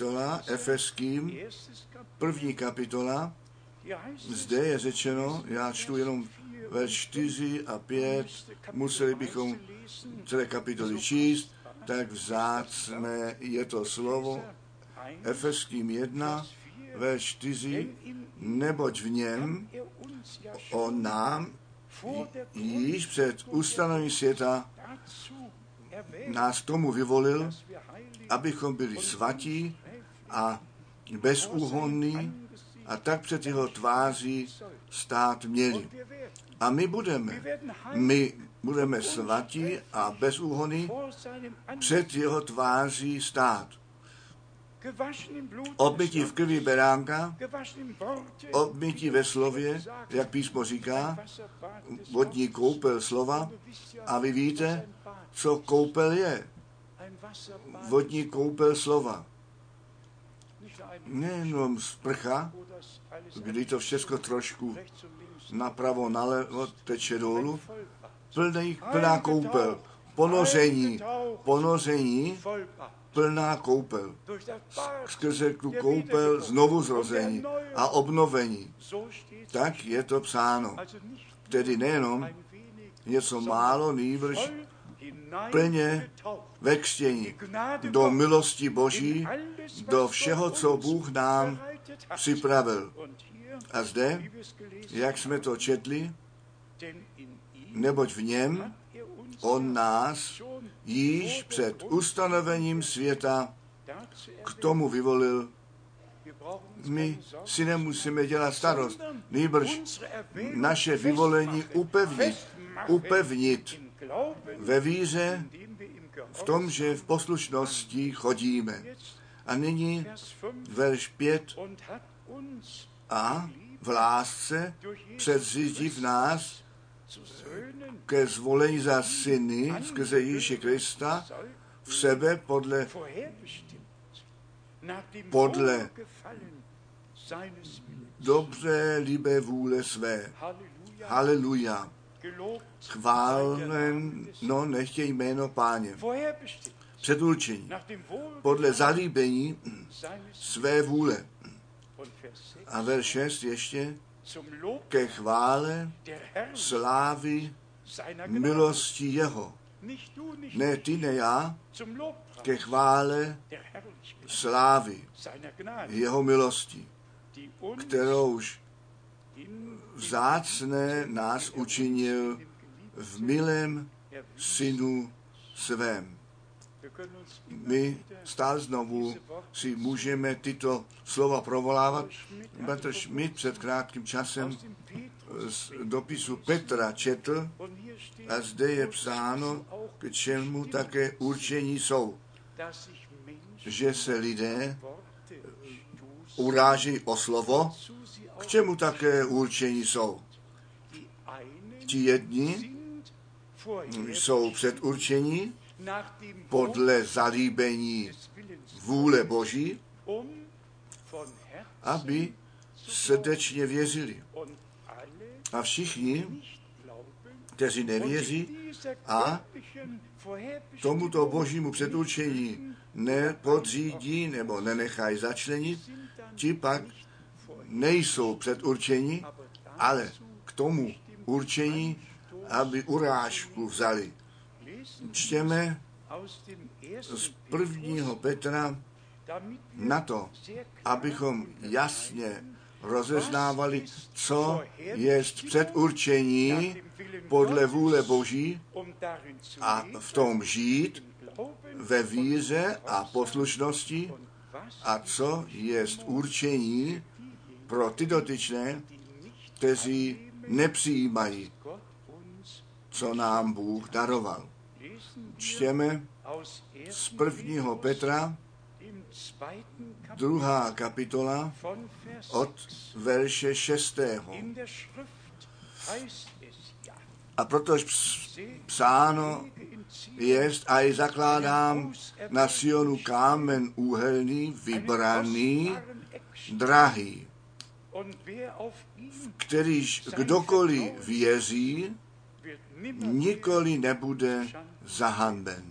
kapitola, zde je řečeno, já čtu jenom ve 4 a 5, museli bychom celé kapitoly číst, tak vzácné je to slovo Efeským 1, ve 4, neboť v něm on nám již před ustanovením světa nás tomu vyvolil, abychom byli svatí a bezúhonní a tak před jeho tváří stát měli. A my budeme svatí a bezúhonní před jeho tváří stát. Obmytí v krvi beránka, obmytí ve slově, jak písmo říká, vodní koupel slova. A vy víte, co koupel je. Vodní koupel slova. Nejenom sprcha, kdy to všechno trošku napravo, nalevo teče dolů, plná koupel, ponoření plná koupel. Skrze tu koupel znovuzrození a obnovení. Tak je to psáno. Tedy nejenom něco málo, nýbrž plně ve křtění do milosti Boží, do všeho, co Bůh nám připravil. A zde, jak jsme to četli, neboť v něm on nás již před ustanovením světa k tomu vyvolil. My si nemusíme dělat starost, nýbrž naše vyvolení upevnit ve víře, v tom, že v poslušnosti chodíme. A nyní verš 5. A v lásce předřídí v nás ke zvolení za syny skrze Ježíše Krista v sebe podle dobře libé vůle své. Haleluja. Chváleno nechtě jméno Páně. Předurčení podle zalíbení své vůle. A verš 6 ještě ke chvále slávy milosti jeho. Ne ty, ne já, ke chvále slávy jeho milosti, kterouž vzácné nás učinil v milém synu svém. My stále znovu si můžeme tyto slova provolávat. Bratr Schmidt před krátkým časem z dopisu Petra četl a zde je psáno, k čemu také určení jsou. Že se lidé uráží o slovo, k čemu také určení jsou. Ti jedni jsou předurčení podle zalíbení vůle Boží, aby srdečně věřili. A všichni, kteří nevěří a tomuto Božímu předurčení nepodřídí nebo nenechají začlenit, ti pak nejsou předurčeni, ale k tomu určení, aby urážku vzali. Čtěme z 1. Petra na to, abychom jasně rozeznávali, co je předurčení podle vůle Boží a v tom žít ve víře a poslušnosti a co je určení pro ty dotyčné, kteří nepřijímají, co nám Bůh daroval. Čtěme z 1. Petra, 2. kapitola od verše 6. A protože psáno jest, a i zakládám na Sionu kámen úhelný, vybraný, drahý, kterýž kdokoliv věří, nikoli nebude zahanben.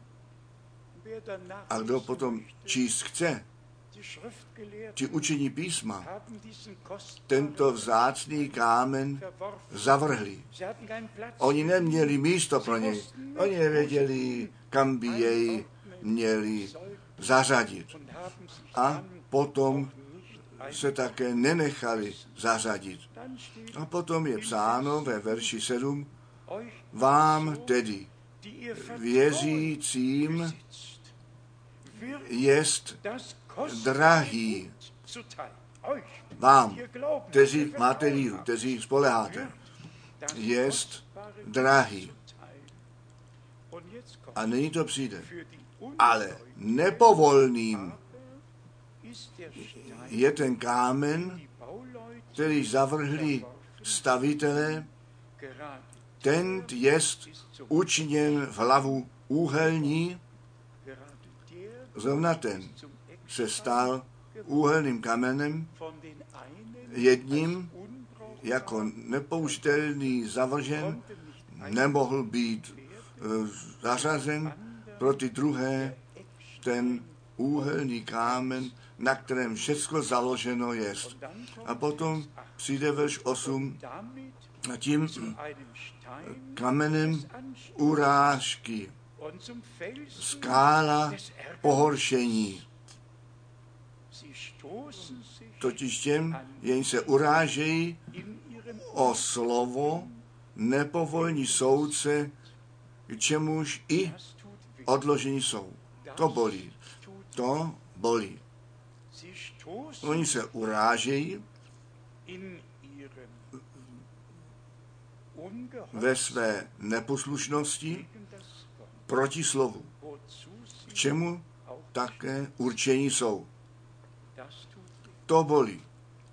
A kdo potom číst chce, ti učení písma, tento vzácný kámen zavrhli. Oni neměli místo pro něj. Oni nevěděli, kam by jej měli zařadit. A potom se také nenechali zařadit. A potom je psáno ve verši 7, vám tedy věřícím jest drahý. Vám, kteří máte víru, kteří spoleháte, jest drahý. A nyní to přijde. Ale nepovolným je ten kámen, který zavrhli stavitelé, ten jest učiněn v hlavu úhelní, zrovna ten se stal úhelným kamenem, jedním jako nepoužitelný zavržen, nemohl být zařazen, pro ty druhé ten úhelný kámen, na kterém všechno založeno je. A potom přijde verš 8 a tím kamenem urážky, skála pohoršení. Totiž těm, jen se urážejí o slovo, nepovolní soudce, k čemuž i odložení jsou. To bolí. To bolí. Oni se urážejí ve své neposlušnosti proti slovu, k čemu také určení jsou. To bolí.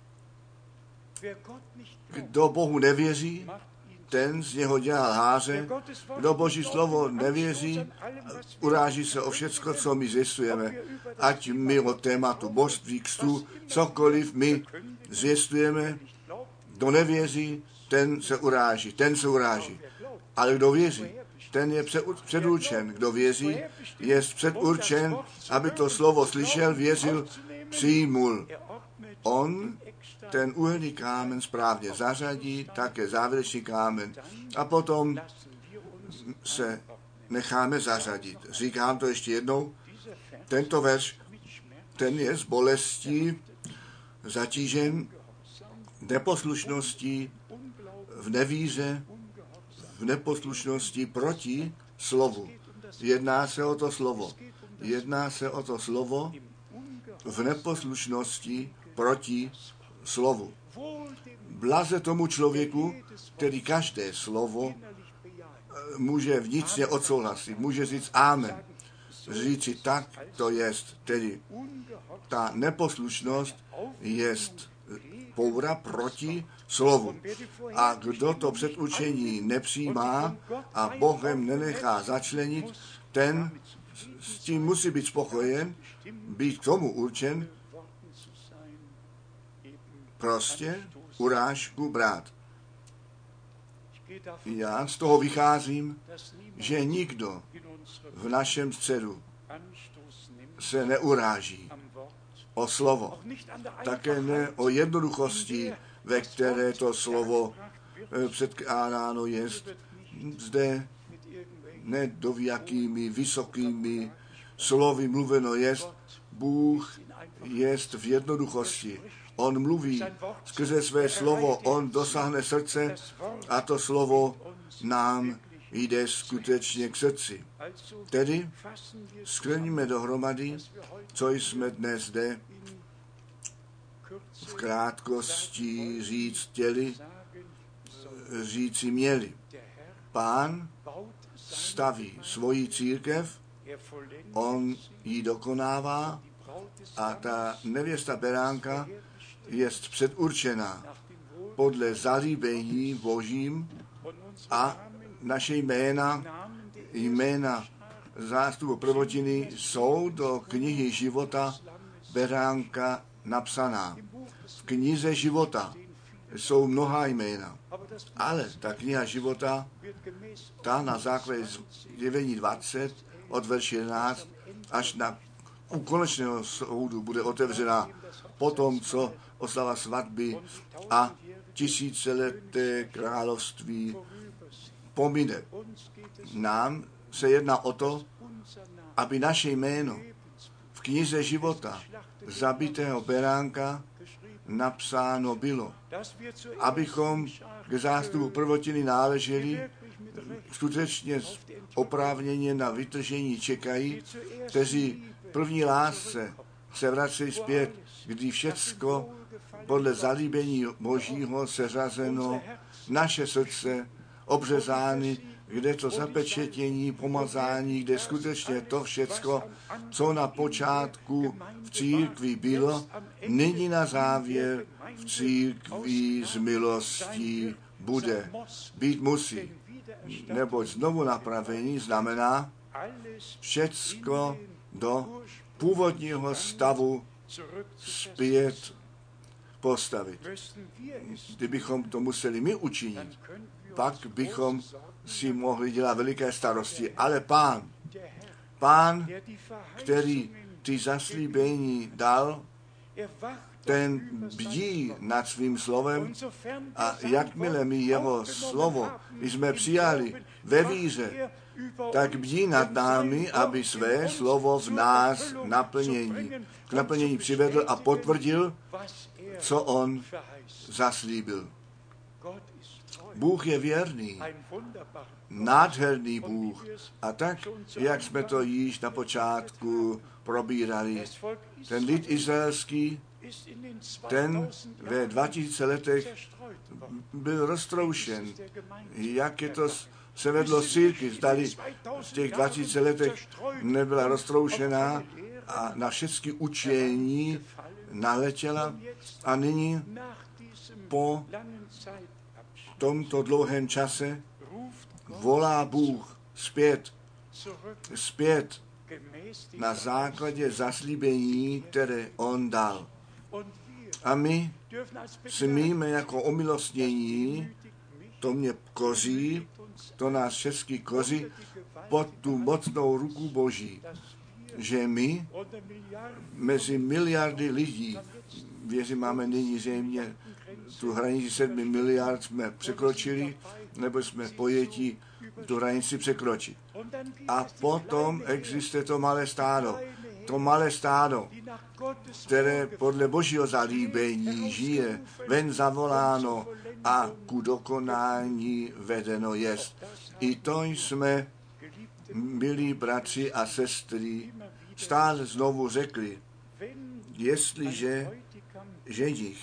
Kdo Bohu nevěří, ten z něho dělá lháře. Kdo Boží slovo nevěří, uráží se o všecko, co my zvěstujeme. Ať my o tématu božství, kstu, cokoliv my zvěstujeme, kdo nevěří, ten se uráží. Ale kdo věří, ten je předurčen. Kdo věří, je předurčen, aby to slovo slyšel, věřil, přijmul. On ten úhelný kámen správně zařadí, také závěrečný kámen. A potom se necháme zařadit. Říkám to ještě jednou. Tento verš, ten je z bolestí zatížen neposlušností, v nevíře, v neposlušnosti proti slovu. Jedná se o to slovo v neposlušnosti proti slovu. Blaze tomu člověku, který každé slovo může vnitřně odsouhlasit, může říct amen, říci tak to jest, tedy ta neposlušnost jest poura proti slovu. A kdo to předurčení nepřijímá a Bohem nenechá začlenit, ten s tím musí být spokojen, být k tomu určen, prostě urážku brát. Já z toho vycházím, že nikdo v našem středu se neuráží o slovo. Také ne o jednoduchosti, ve které to slovo předkládáno jest. Zde ne dovíjakými vysokými slovy mluveno jest. Bůh jest v jednoduchosti. On mluví skrze své slovo, on dosáhne srdce a to slovo nám jde skutečně k srdci. Tedy shrníme dohromady, co jsme dnes zde v krátkosti říci měli. Pán staví svoji církev, on ji dokonává a ta nevěsta beránka jest předurčená podle zalíbení Božím a naše jména zástupu prvotiny jsou do knihy života beránka napsaná. V knize života jsou mnohá jména, ale ta kniha života, ta na základě zjevení 20 od verše 11 až u konečného soudu bude otevřena potom, co oslava svatby a tisícileté království pomine. Nám se jedná o to, aby naše jméno v knize života zabitého beránka napsáno bylo. Abychom k zástupu prvotiny náleželi, skutečně oprávněně na vytržení čekají, kteří první lásce se vracejí zpět, kdy všecko podle zalíbení Božího seřazeno, naše srdce obřezány, kde to zapečetění, pomazání, kde skutečně to všecko, co na počátku v církvi bylo, nyní na závěr v církvi z milostí bude. Být musí. Neboť znovu napravení znamená všecko do původního stavu zpět postavit. Kdybychom to museli my učinit, pak bychom si mohli dělat veliké starosti. Ale Pán, Pán, který ty zaslíbení dal, ten bdí nad svým slovem a jakmile my jeho slovo jsme přijali ve víře, tak bdí nad námi, aby své slovo v nás k naplnění přivedl a potvrdil, co on zaslíbil. Bůh je věrný, nádherný Bůh. A tak, jak jsme to již na počátku probírali, ten lid izraelský, ten ve 2000 letech byl roztroušen. Jak je to se vedlo z církvi, zdali v těch 20 letech nebyla roztroušená a na všechny učení naletěla a nyní po tomto dlouhém čase volá Bůh zpět na základě zaslíbení, které on dal. A my smíme jako omilostnění, to mě koří, to nás všechny koří pod tu mocnou ruku Boží, že my mezi miliardy lidí, věřím, máme nyní zřejmě tu hranici 7 miliard jsme překročili, nebo jsme pojetí tu hranici překročit. A potom existuje to malé stádo, které podle Božího zalíbení žije, ven zavoláno a ku dokonání vedeno jest. I to jsme, milí bratři a sestry, stále znovu řekli, jestliže ženich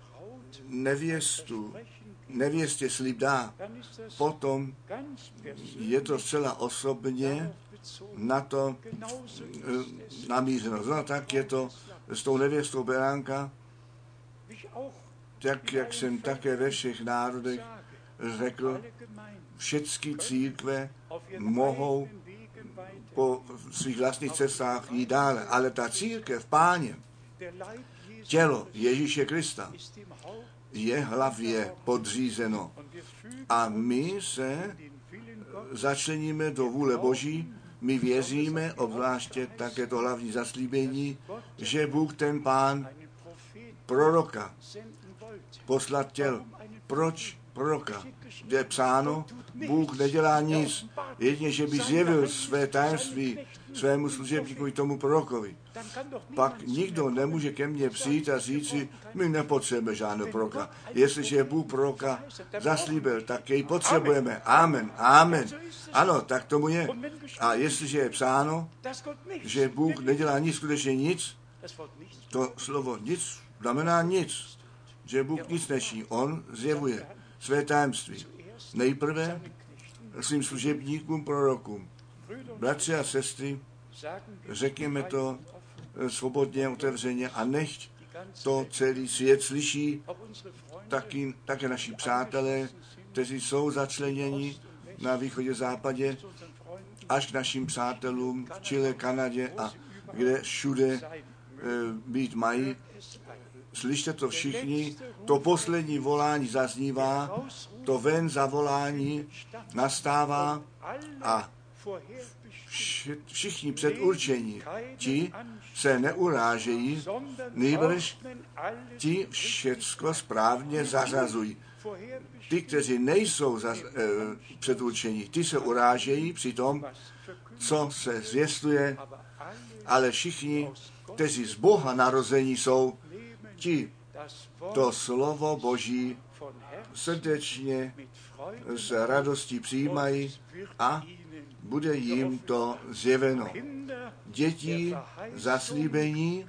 nevěstě slib dá, potom je to zcela osobně na to namířeno. No, tak je to s tou nevěstou beránka, tak jak jsem také ve všech národech řekl, všechny církve mohou po svých vlastních cestách jít dále, ale ta církev Páně, tělo Ježíše Krista, je hlavě podřízeno. A my se začleníme do vůle Boží, my věříme, obzvláště také to hlavní zaslíbení, že Bůh ten Pán proroka poslat chtěl. Proč proroka? Kde je psáno, Bůh nedělá nic, jedině, že by zjevil své tajemství svému služebníkovi, tomu prorokovi. Pak nikdo nemůže ke mně přijít a říci, my nepotřebujeme žádného proroka. Jestliže Bůh proroka zaslíbil, tak jej potřebujeme. Amen, amen. Ano, tak tomu je. A jestliže je psáno, že Bůh nedělá nic, skutečně nic, to slovo nic znamená nic. Že Bůh nic nečiní. On zjevuje své tajemství. Nejprve svým služebníkům, prorokům. Bratři a sestry, řekněme to svobodně, otevřeně a nechť to celý svět slyší, také naši přátelé, kteří jsou začleněni na východě, západě, až k našim přátelům v Chile, Kanadě a kde všude být mají. Slyšte to všichni, to poslední volání zaznívá, to ven zavolání nastává a všichni předurčení, ti se neurážejí, nýbrž ti všecko správně zařazují. Ty, kteří nejsou předurčení, ty se urážejí při tom, co se zvěstuje, ale všichni, kteří z Boha narození jsou, ti to slovo Boží srdečně s radostí přijímají a bude jim to zjeveno. Děti zaslíbení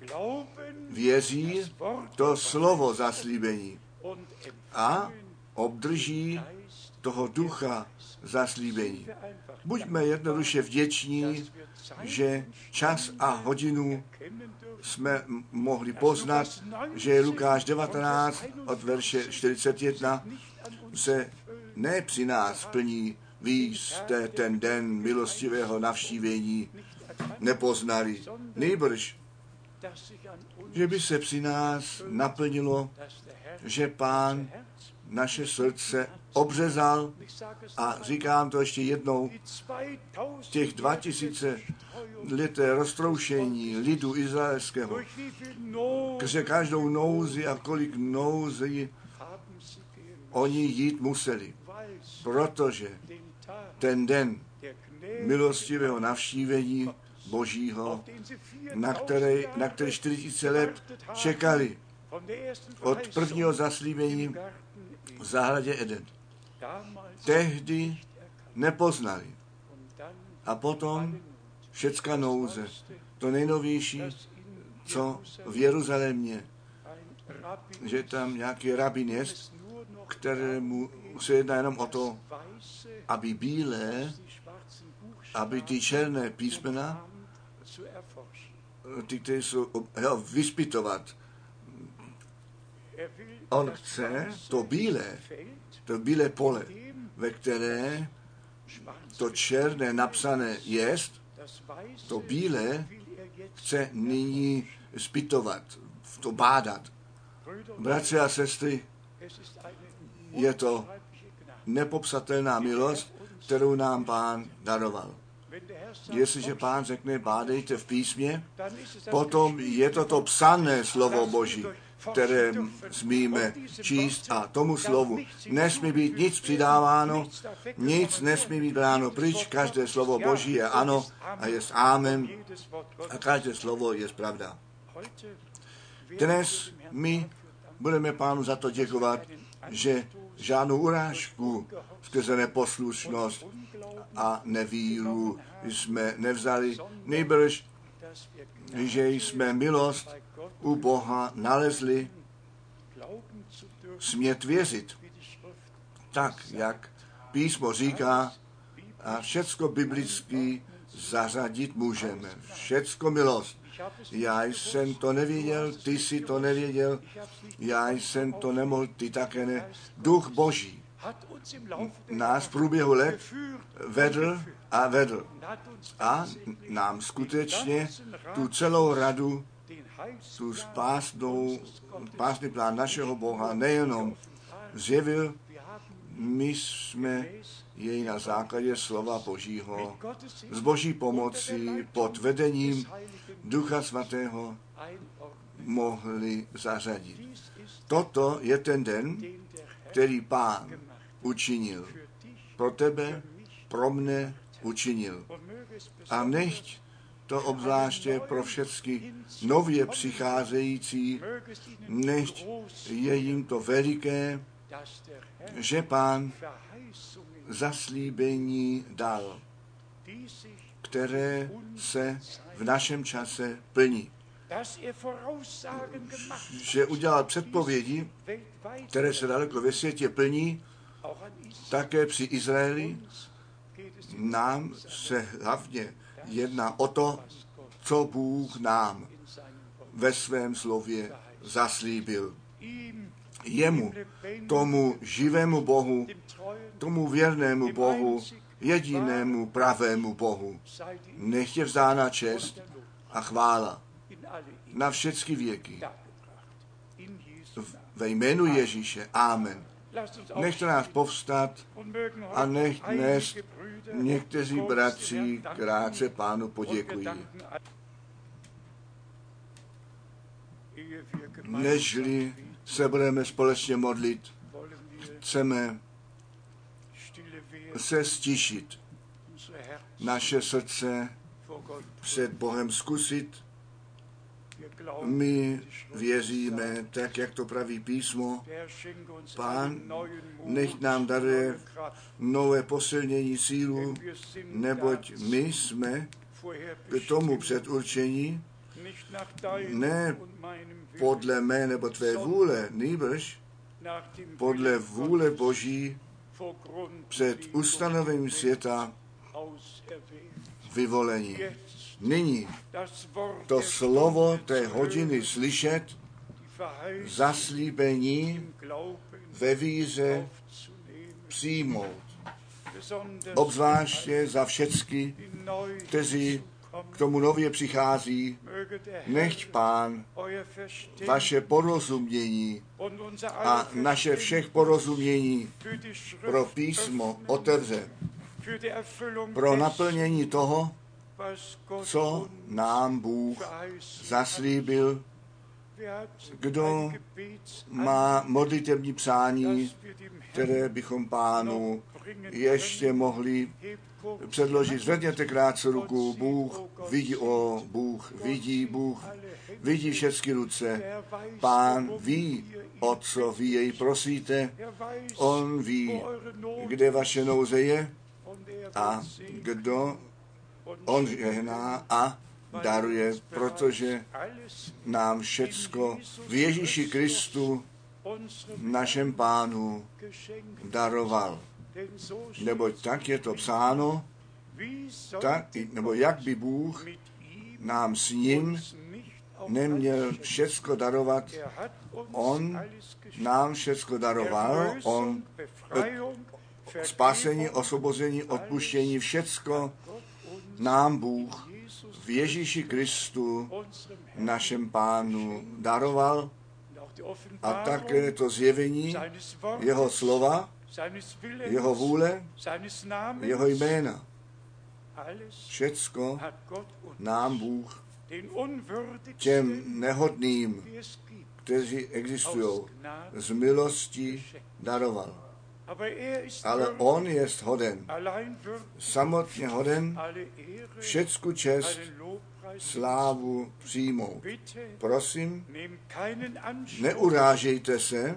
věří to slovo zaslíbení a obdrží toho ducha zaslíbení. Buďme jednoduše vděční, že čas a hodinu jsme mohli poznat, že Lukáš 19 od verše 41 se ne při nás plní, vy jste ten den milostivého navštívení nepoznali. Nejbrž, že by se při nás naplnilo, že Pán naše srdce obřezal a říkám to ještě jednou, těch 2000 leté roztroušení lidu izraelského, skrze každou nouzi a kolik nouzí oni jít museli, protože ten den milostivého navštívení Božího, na který 4000 let čekali od prvního zaslíbení v zahradě Eden. Tehdy nepoznali. A potom všecka nouze, to nejnovější, co v Jeruzalémě, že tam nějaký rabin je, kterému se jedná jenom o to, aby bílé, aby ty černé písmena, ty, které jsou, vyspytovat. On chce to bílé pole, ve které to černé napsané jest, to bílé chce nyní zpytovat, to bádat. Bratři a sestry, je to nepopsatelná milost, kterou nám Pán daroval. Jestliže Pán řekne, bádejte v písmě, potom je to psané slovo Boží, které smíme číst a tomu slovu nesmí být nic přidáváno, nic nesmí být bráno pryč, každé slovo Boží je ano a je amen a každé slovo je pravda. Dnes my budeme Pánu za to děkovat, že žádnou urážku skrze neposlušnost a nevíru jsme nevzali, nejbrž, že jsme milost u Boha nalezli, smět věřit, tak, jak písmo říká, a všecko biblicky zařadit můžeme. Všecko milost. Já jsem to nevěděl, ty jsi to nevěděl, já jsem to nemohl, ty také ne. Duch Boží nás v průběhu let vedl a nám skutečně tu celou radu, tu spásný plán našeho Boha nejenom zjevil, my jsme jej na základě slova Božího s Boží pomocí pod vedením Ducha Svatého mohli zařadit. Toto je ten den, který Pán učinil. Pro tebe, pro mne učinil. A nechť to obzvláště pro všechny nově přicházející, nechť je jim to veliké, že Pán zaslíbení dal, které se v našem čase plní. Že udělal předpovědi, které se daleko ve světě plní, také při Izraeli. Nám se hlavně jedná o to, co Bůh nám ve svém slově zaslíbil. Jemu, tomu živému Bohu, tomu věrnému Bohu, jedinému pravému Bohu, nech je vzána čest a chvála na všechny věky. Ve jménu Ježíše. Amen. Nechte nás povstat a nech dnes někteří bratři krátce Pánu poděkují. Nežli se budeme společně modlit, chceme se stišit, naše srdce před Bohem zkusit. My věříme, tak jak to praví písmo, Pán nech nám daruje nové posilnění sílu, neboť my jsme k tomu předurčení, ne podle mé nebo tvé vůle, nýbrž podle vůle Boží před ustanovením světa vyvolení. Nyní to slovo té hodiny slyšet, zaslíbení ve víře přijmout. Obzvláště za všechny, kteří k tomu nově přichází. Nechť Pán vaše porozumění a naše všech porozumění pro písmo otevře, pro naplnění toho, co nám Bůh zaslíbil. Kdo má modlitební přání, které bychom Pánu ještě mohli předložit? Zvedněte krátce ruku. Bůh vidí všechny ruce. Pán ví, o co vy jej prosíte. On ví, kde vaše nouze je a kdo on žehná a daruje, protože nám všecko v Ježíši Kristu, našem Pánu, daroval. Neboť tak je to psáno, nebo jak by Bůh nám s ním neměl všecko darovat. On nám všecko daroval, on spasení, osvobození, odpuštění, všecko nám Bůh v Ježíši Kristu, našem Pánu, daroval. A také to zjevení jeho slova, jeho vůle, jeho jména. Všecko nám Bůh těm nehodným, kteří existují, z milosti daroval. Ale on jest hoden, samotně hoden, všecku čest, slávu přijmout. Prosím, neurážejte se,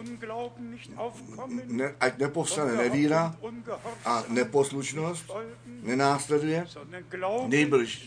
ať nepovstane nevíra a neposlušnost, nenásleduje, nýbrž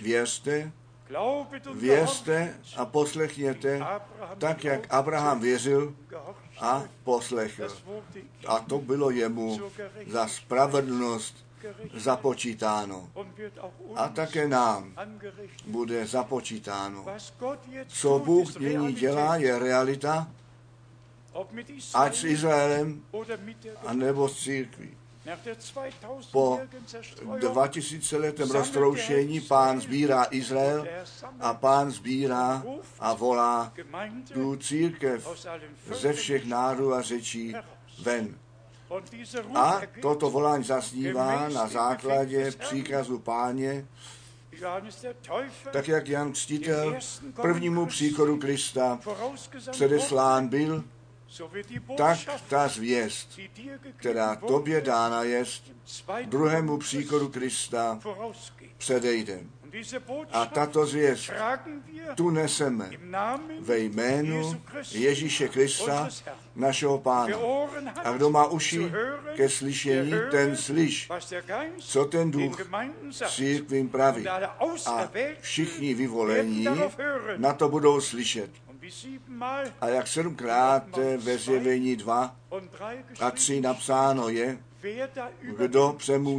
věřte a poslechněte, tak jak Abraham věřil a poslechl. A to bylo jemu za spravedlnost započítáno. A také nám bude započítáno. Co Bůh nyní dělá, je realita, ať s Izraelem, anebo s církví. Po 2000letém roztroušení Pán sbírá Izrael a Pán sbírá a volá tu církev ze všech národů a řečí ven. A toto volání zasnívá na základě příkazu Páně, tak jak Jan Křtitel prvnímu příchodu Krista předeslán byl, tak ta zvěst, která tobě dána jest, druhému příchodu Krista předejde. A tato zvěst tu neseme ve jménu Ježíše Krista, našeho Pána. A kdo má uši ke slyšení, ten slyš, co ten Duch církvím praví. A všichni vyvolení na to budou slyšet. A jak 7krát ve Zjevení 2 a 3 napsáno je, kdo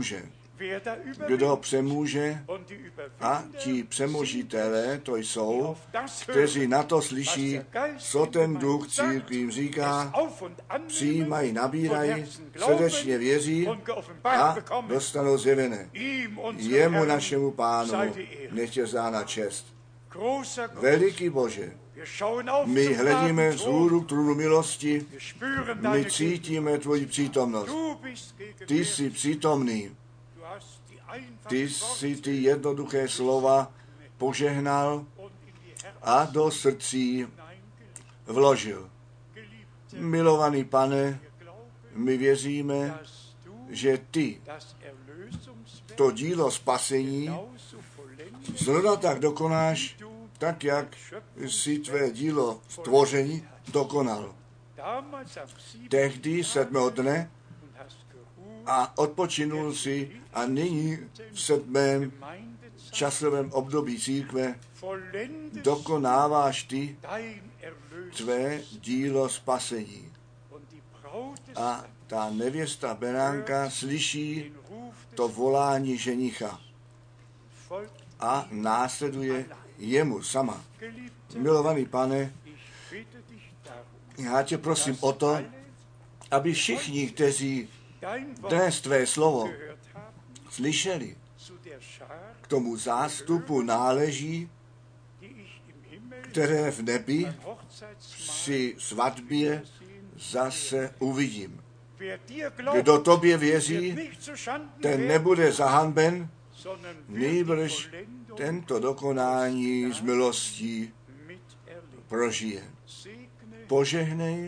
přemůže a ti přemožitelé to jsou, kteří na to slyší, co ten Duch církvím říká, přijímají, nabírají, srdečně věří a dostanou zjevené. Jemu našemu Pánu nech je zána čest. Veliký Bože, my hledíme vzhůru k trůnu milosti, my cítíme tvoji přítomnost. Ty jsi přítomný. Ty jsi ty jednoduché slova požehnal a do srdcí vložil. Milovaný Pane, my věříme, že ty to dílo spasení zrovna tak dokonáš, tak jak si tvé dílo stvoření dokonal. Tehdy 7. dne a odpočinul si a nyní v 7. časovém období církve dokonáváš ty tvé dílo spasení. A ta nevěsta beránka slyší to volání ženicha a následuje jemu sama. Milovaný Pane, já tě prosím o to, aby všichni, kteří dnes tvé slovo slyšeli k tomu zástupu náleží, které v nebi při svatbě zase uvidím. Kdo tobě věří, ten nebude zahanben, nýbrž tento dokonání z milostí prožije. Požehnej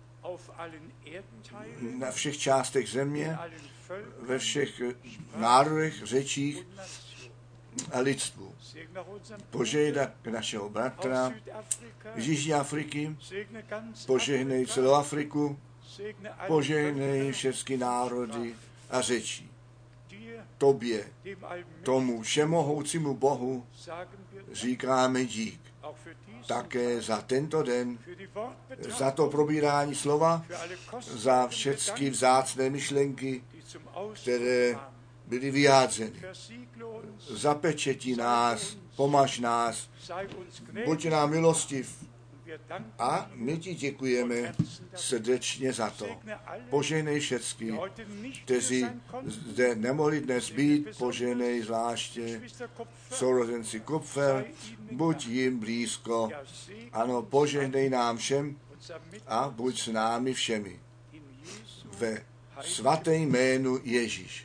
na všech částech země, ve všech národech, řečích a lidstvu. Požehnej našeho bratra z Jižní Afriky, požehnej celou Afriku, požehnej všechny národy a řečí. Tobě, tomu všemohoucímu Bohu, říkáme dík. Také za tento den, za to probírání slova, za všechny vzácné myšlenky, které byly vyjádřeny. Zapečetí nás, pomaž nás, buď nám milostiv. A my ti děkujeme srdečně za to. Požehnej všechny, kteří zde nemohli dnes být, požehnej zvláště sourozenci Kupfer, buď jim blízko. Ano, požehnej nám všem a buď s námi všemi. Ve svatém jménu Ježíš.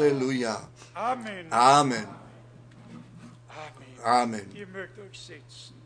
Haleluja. Amen. Amen.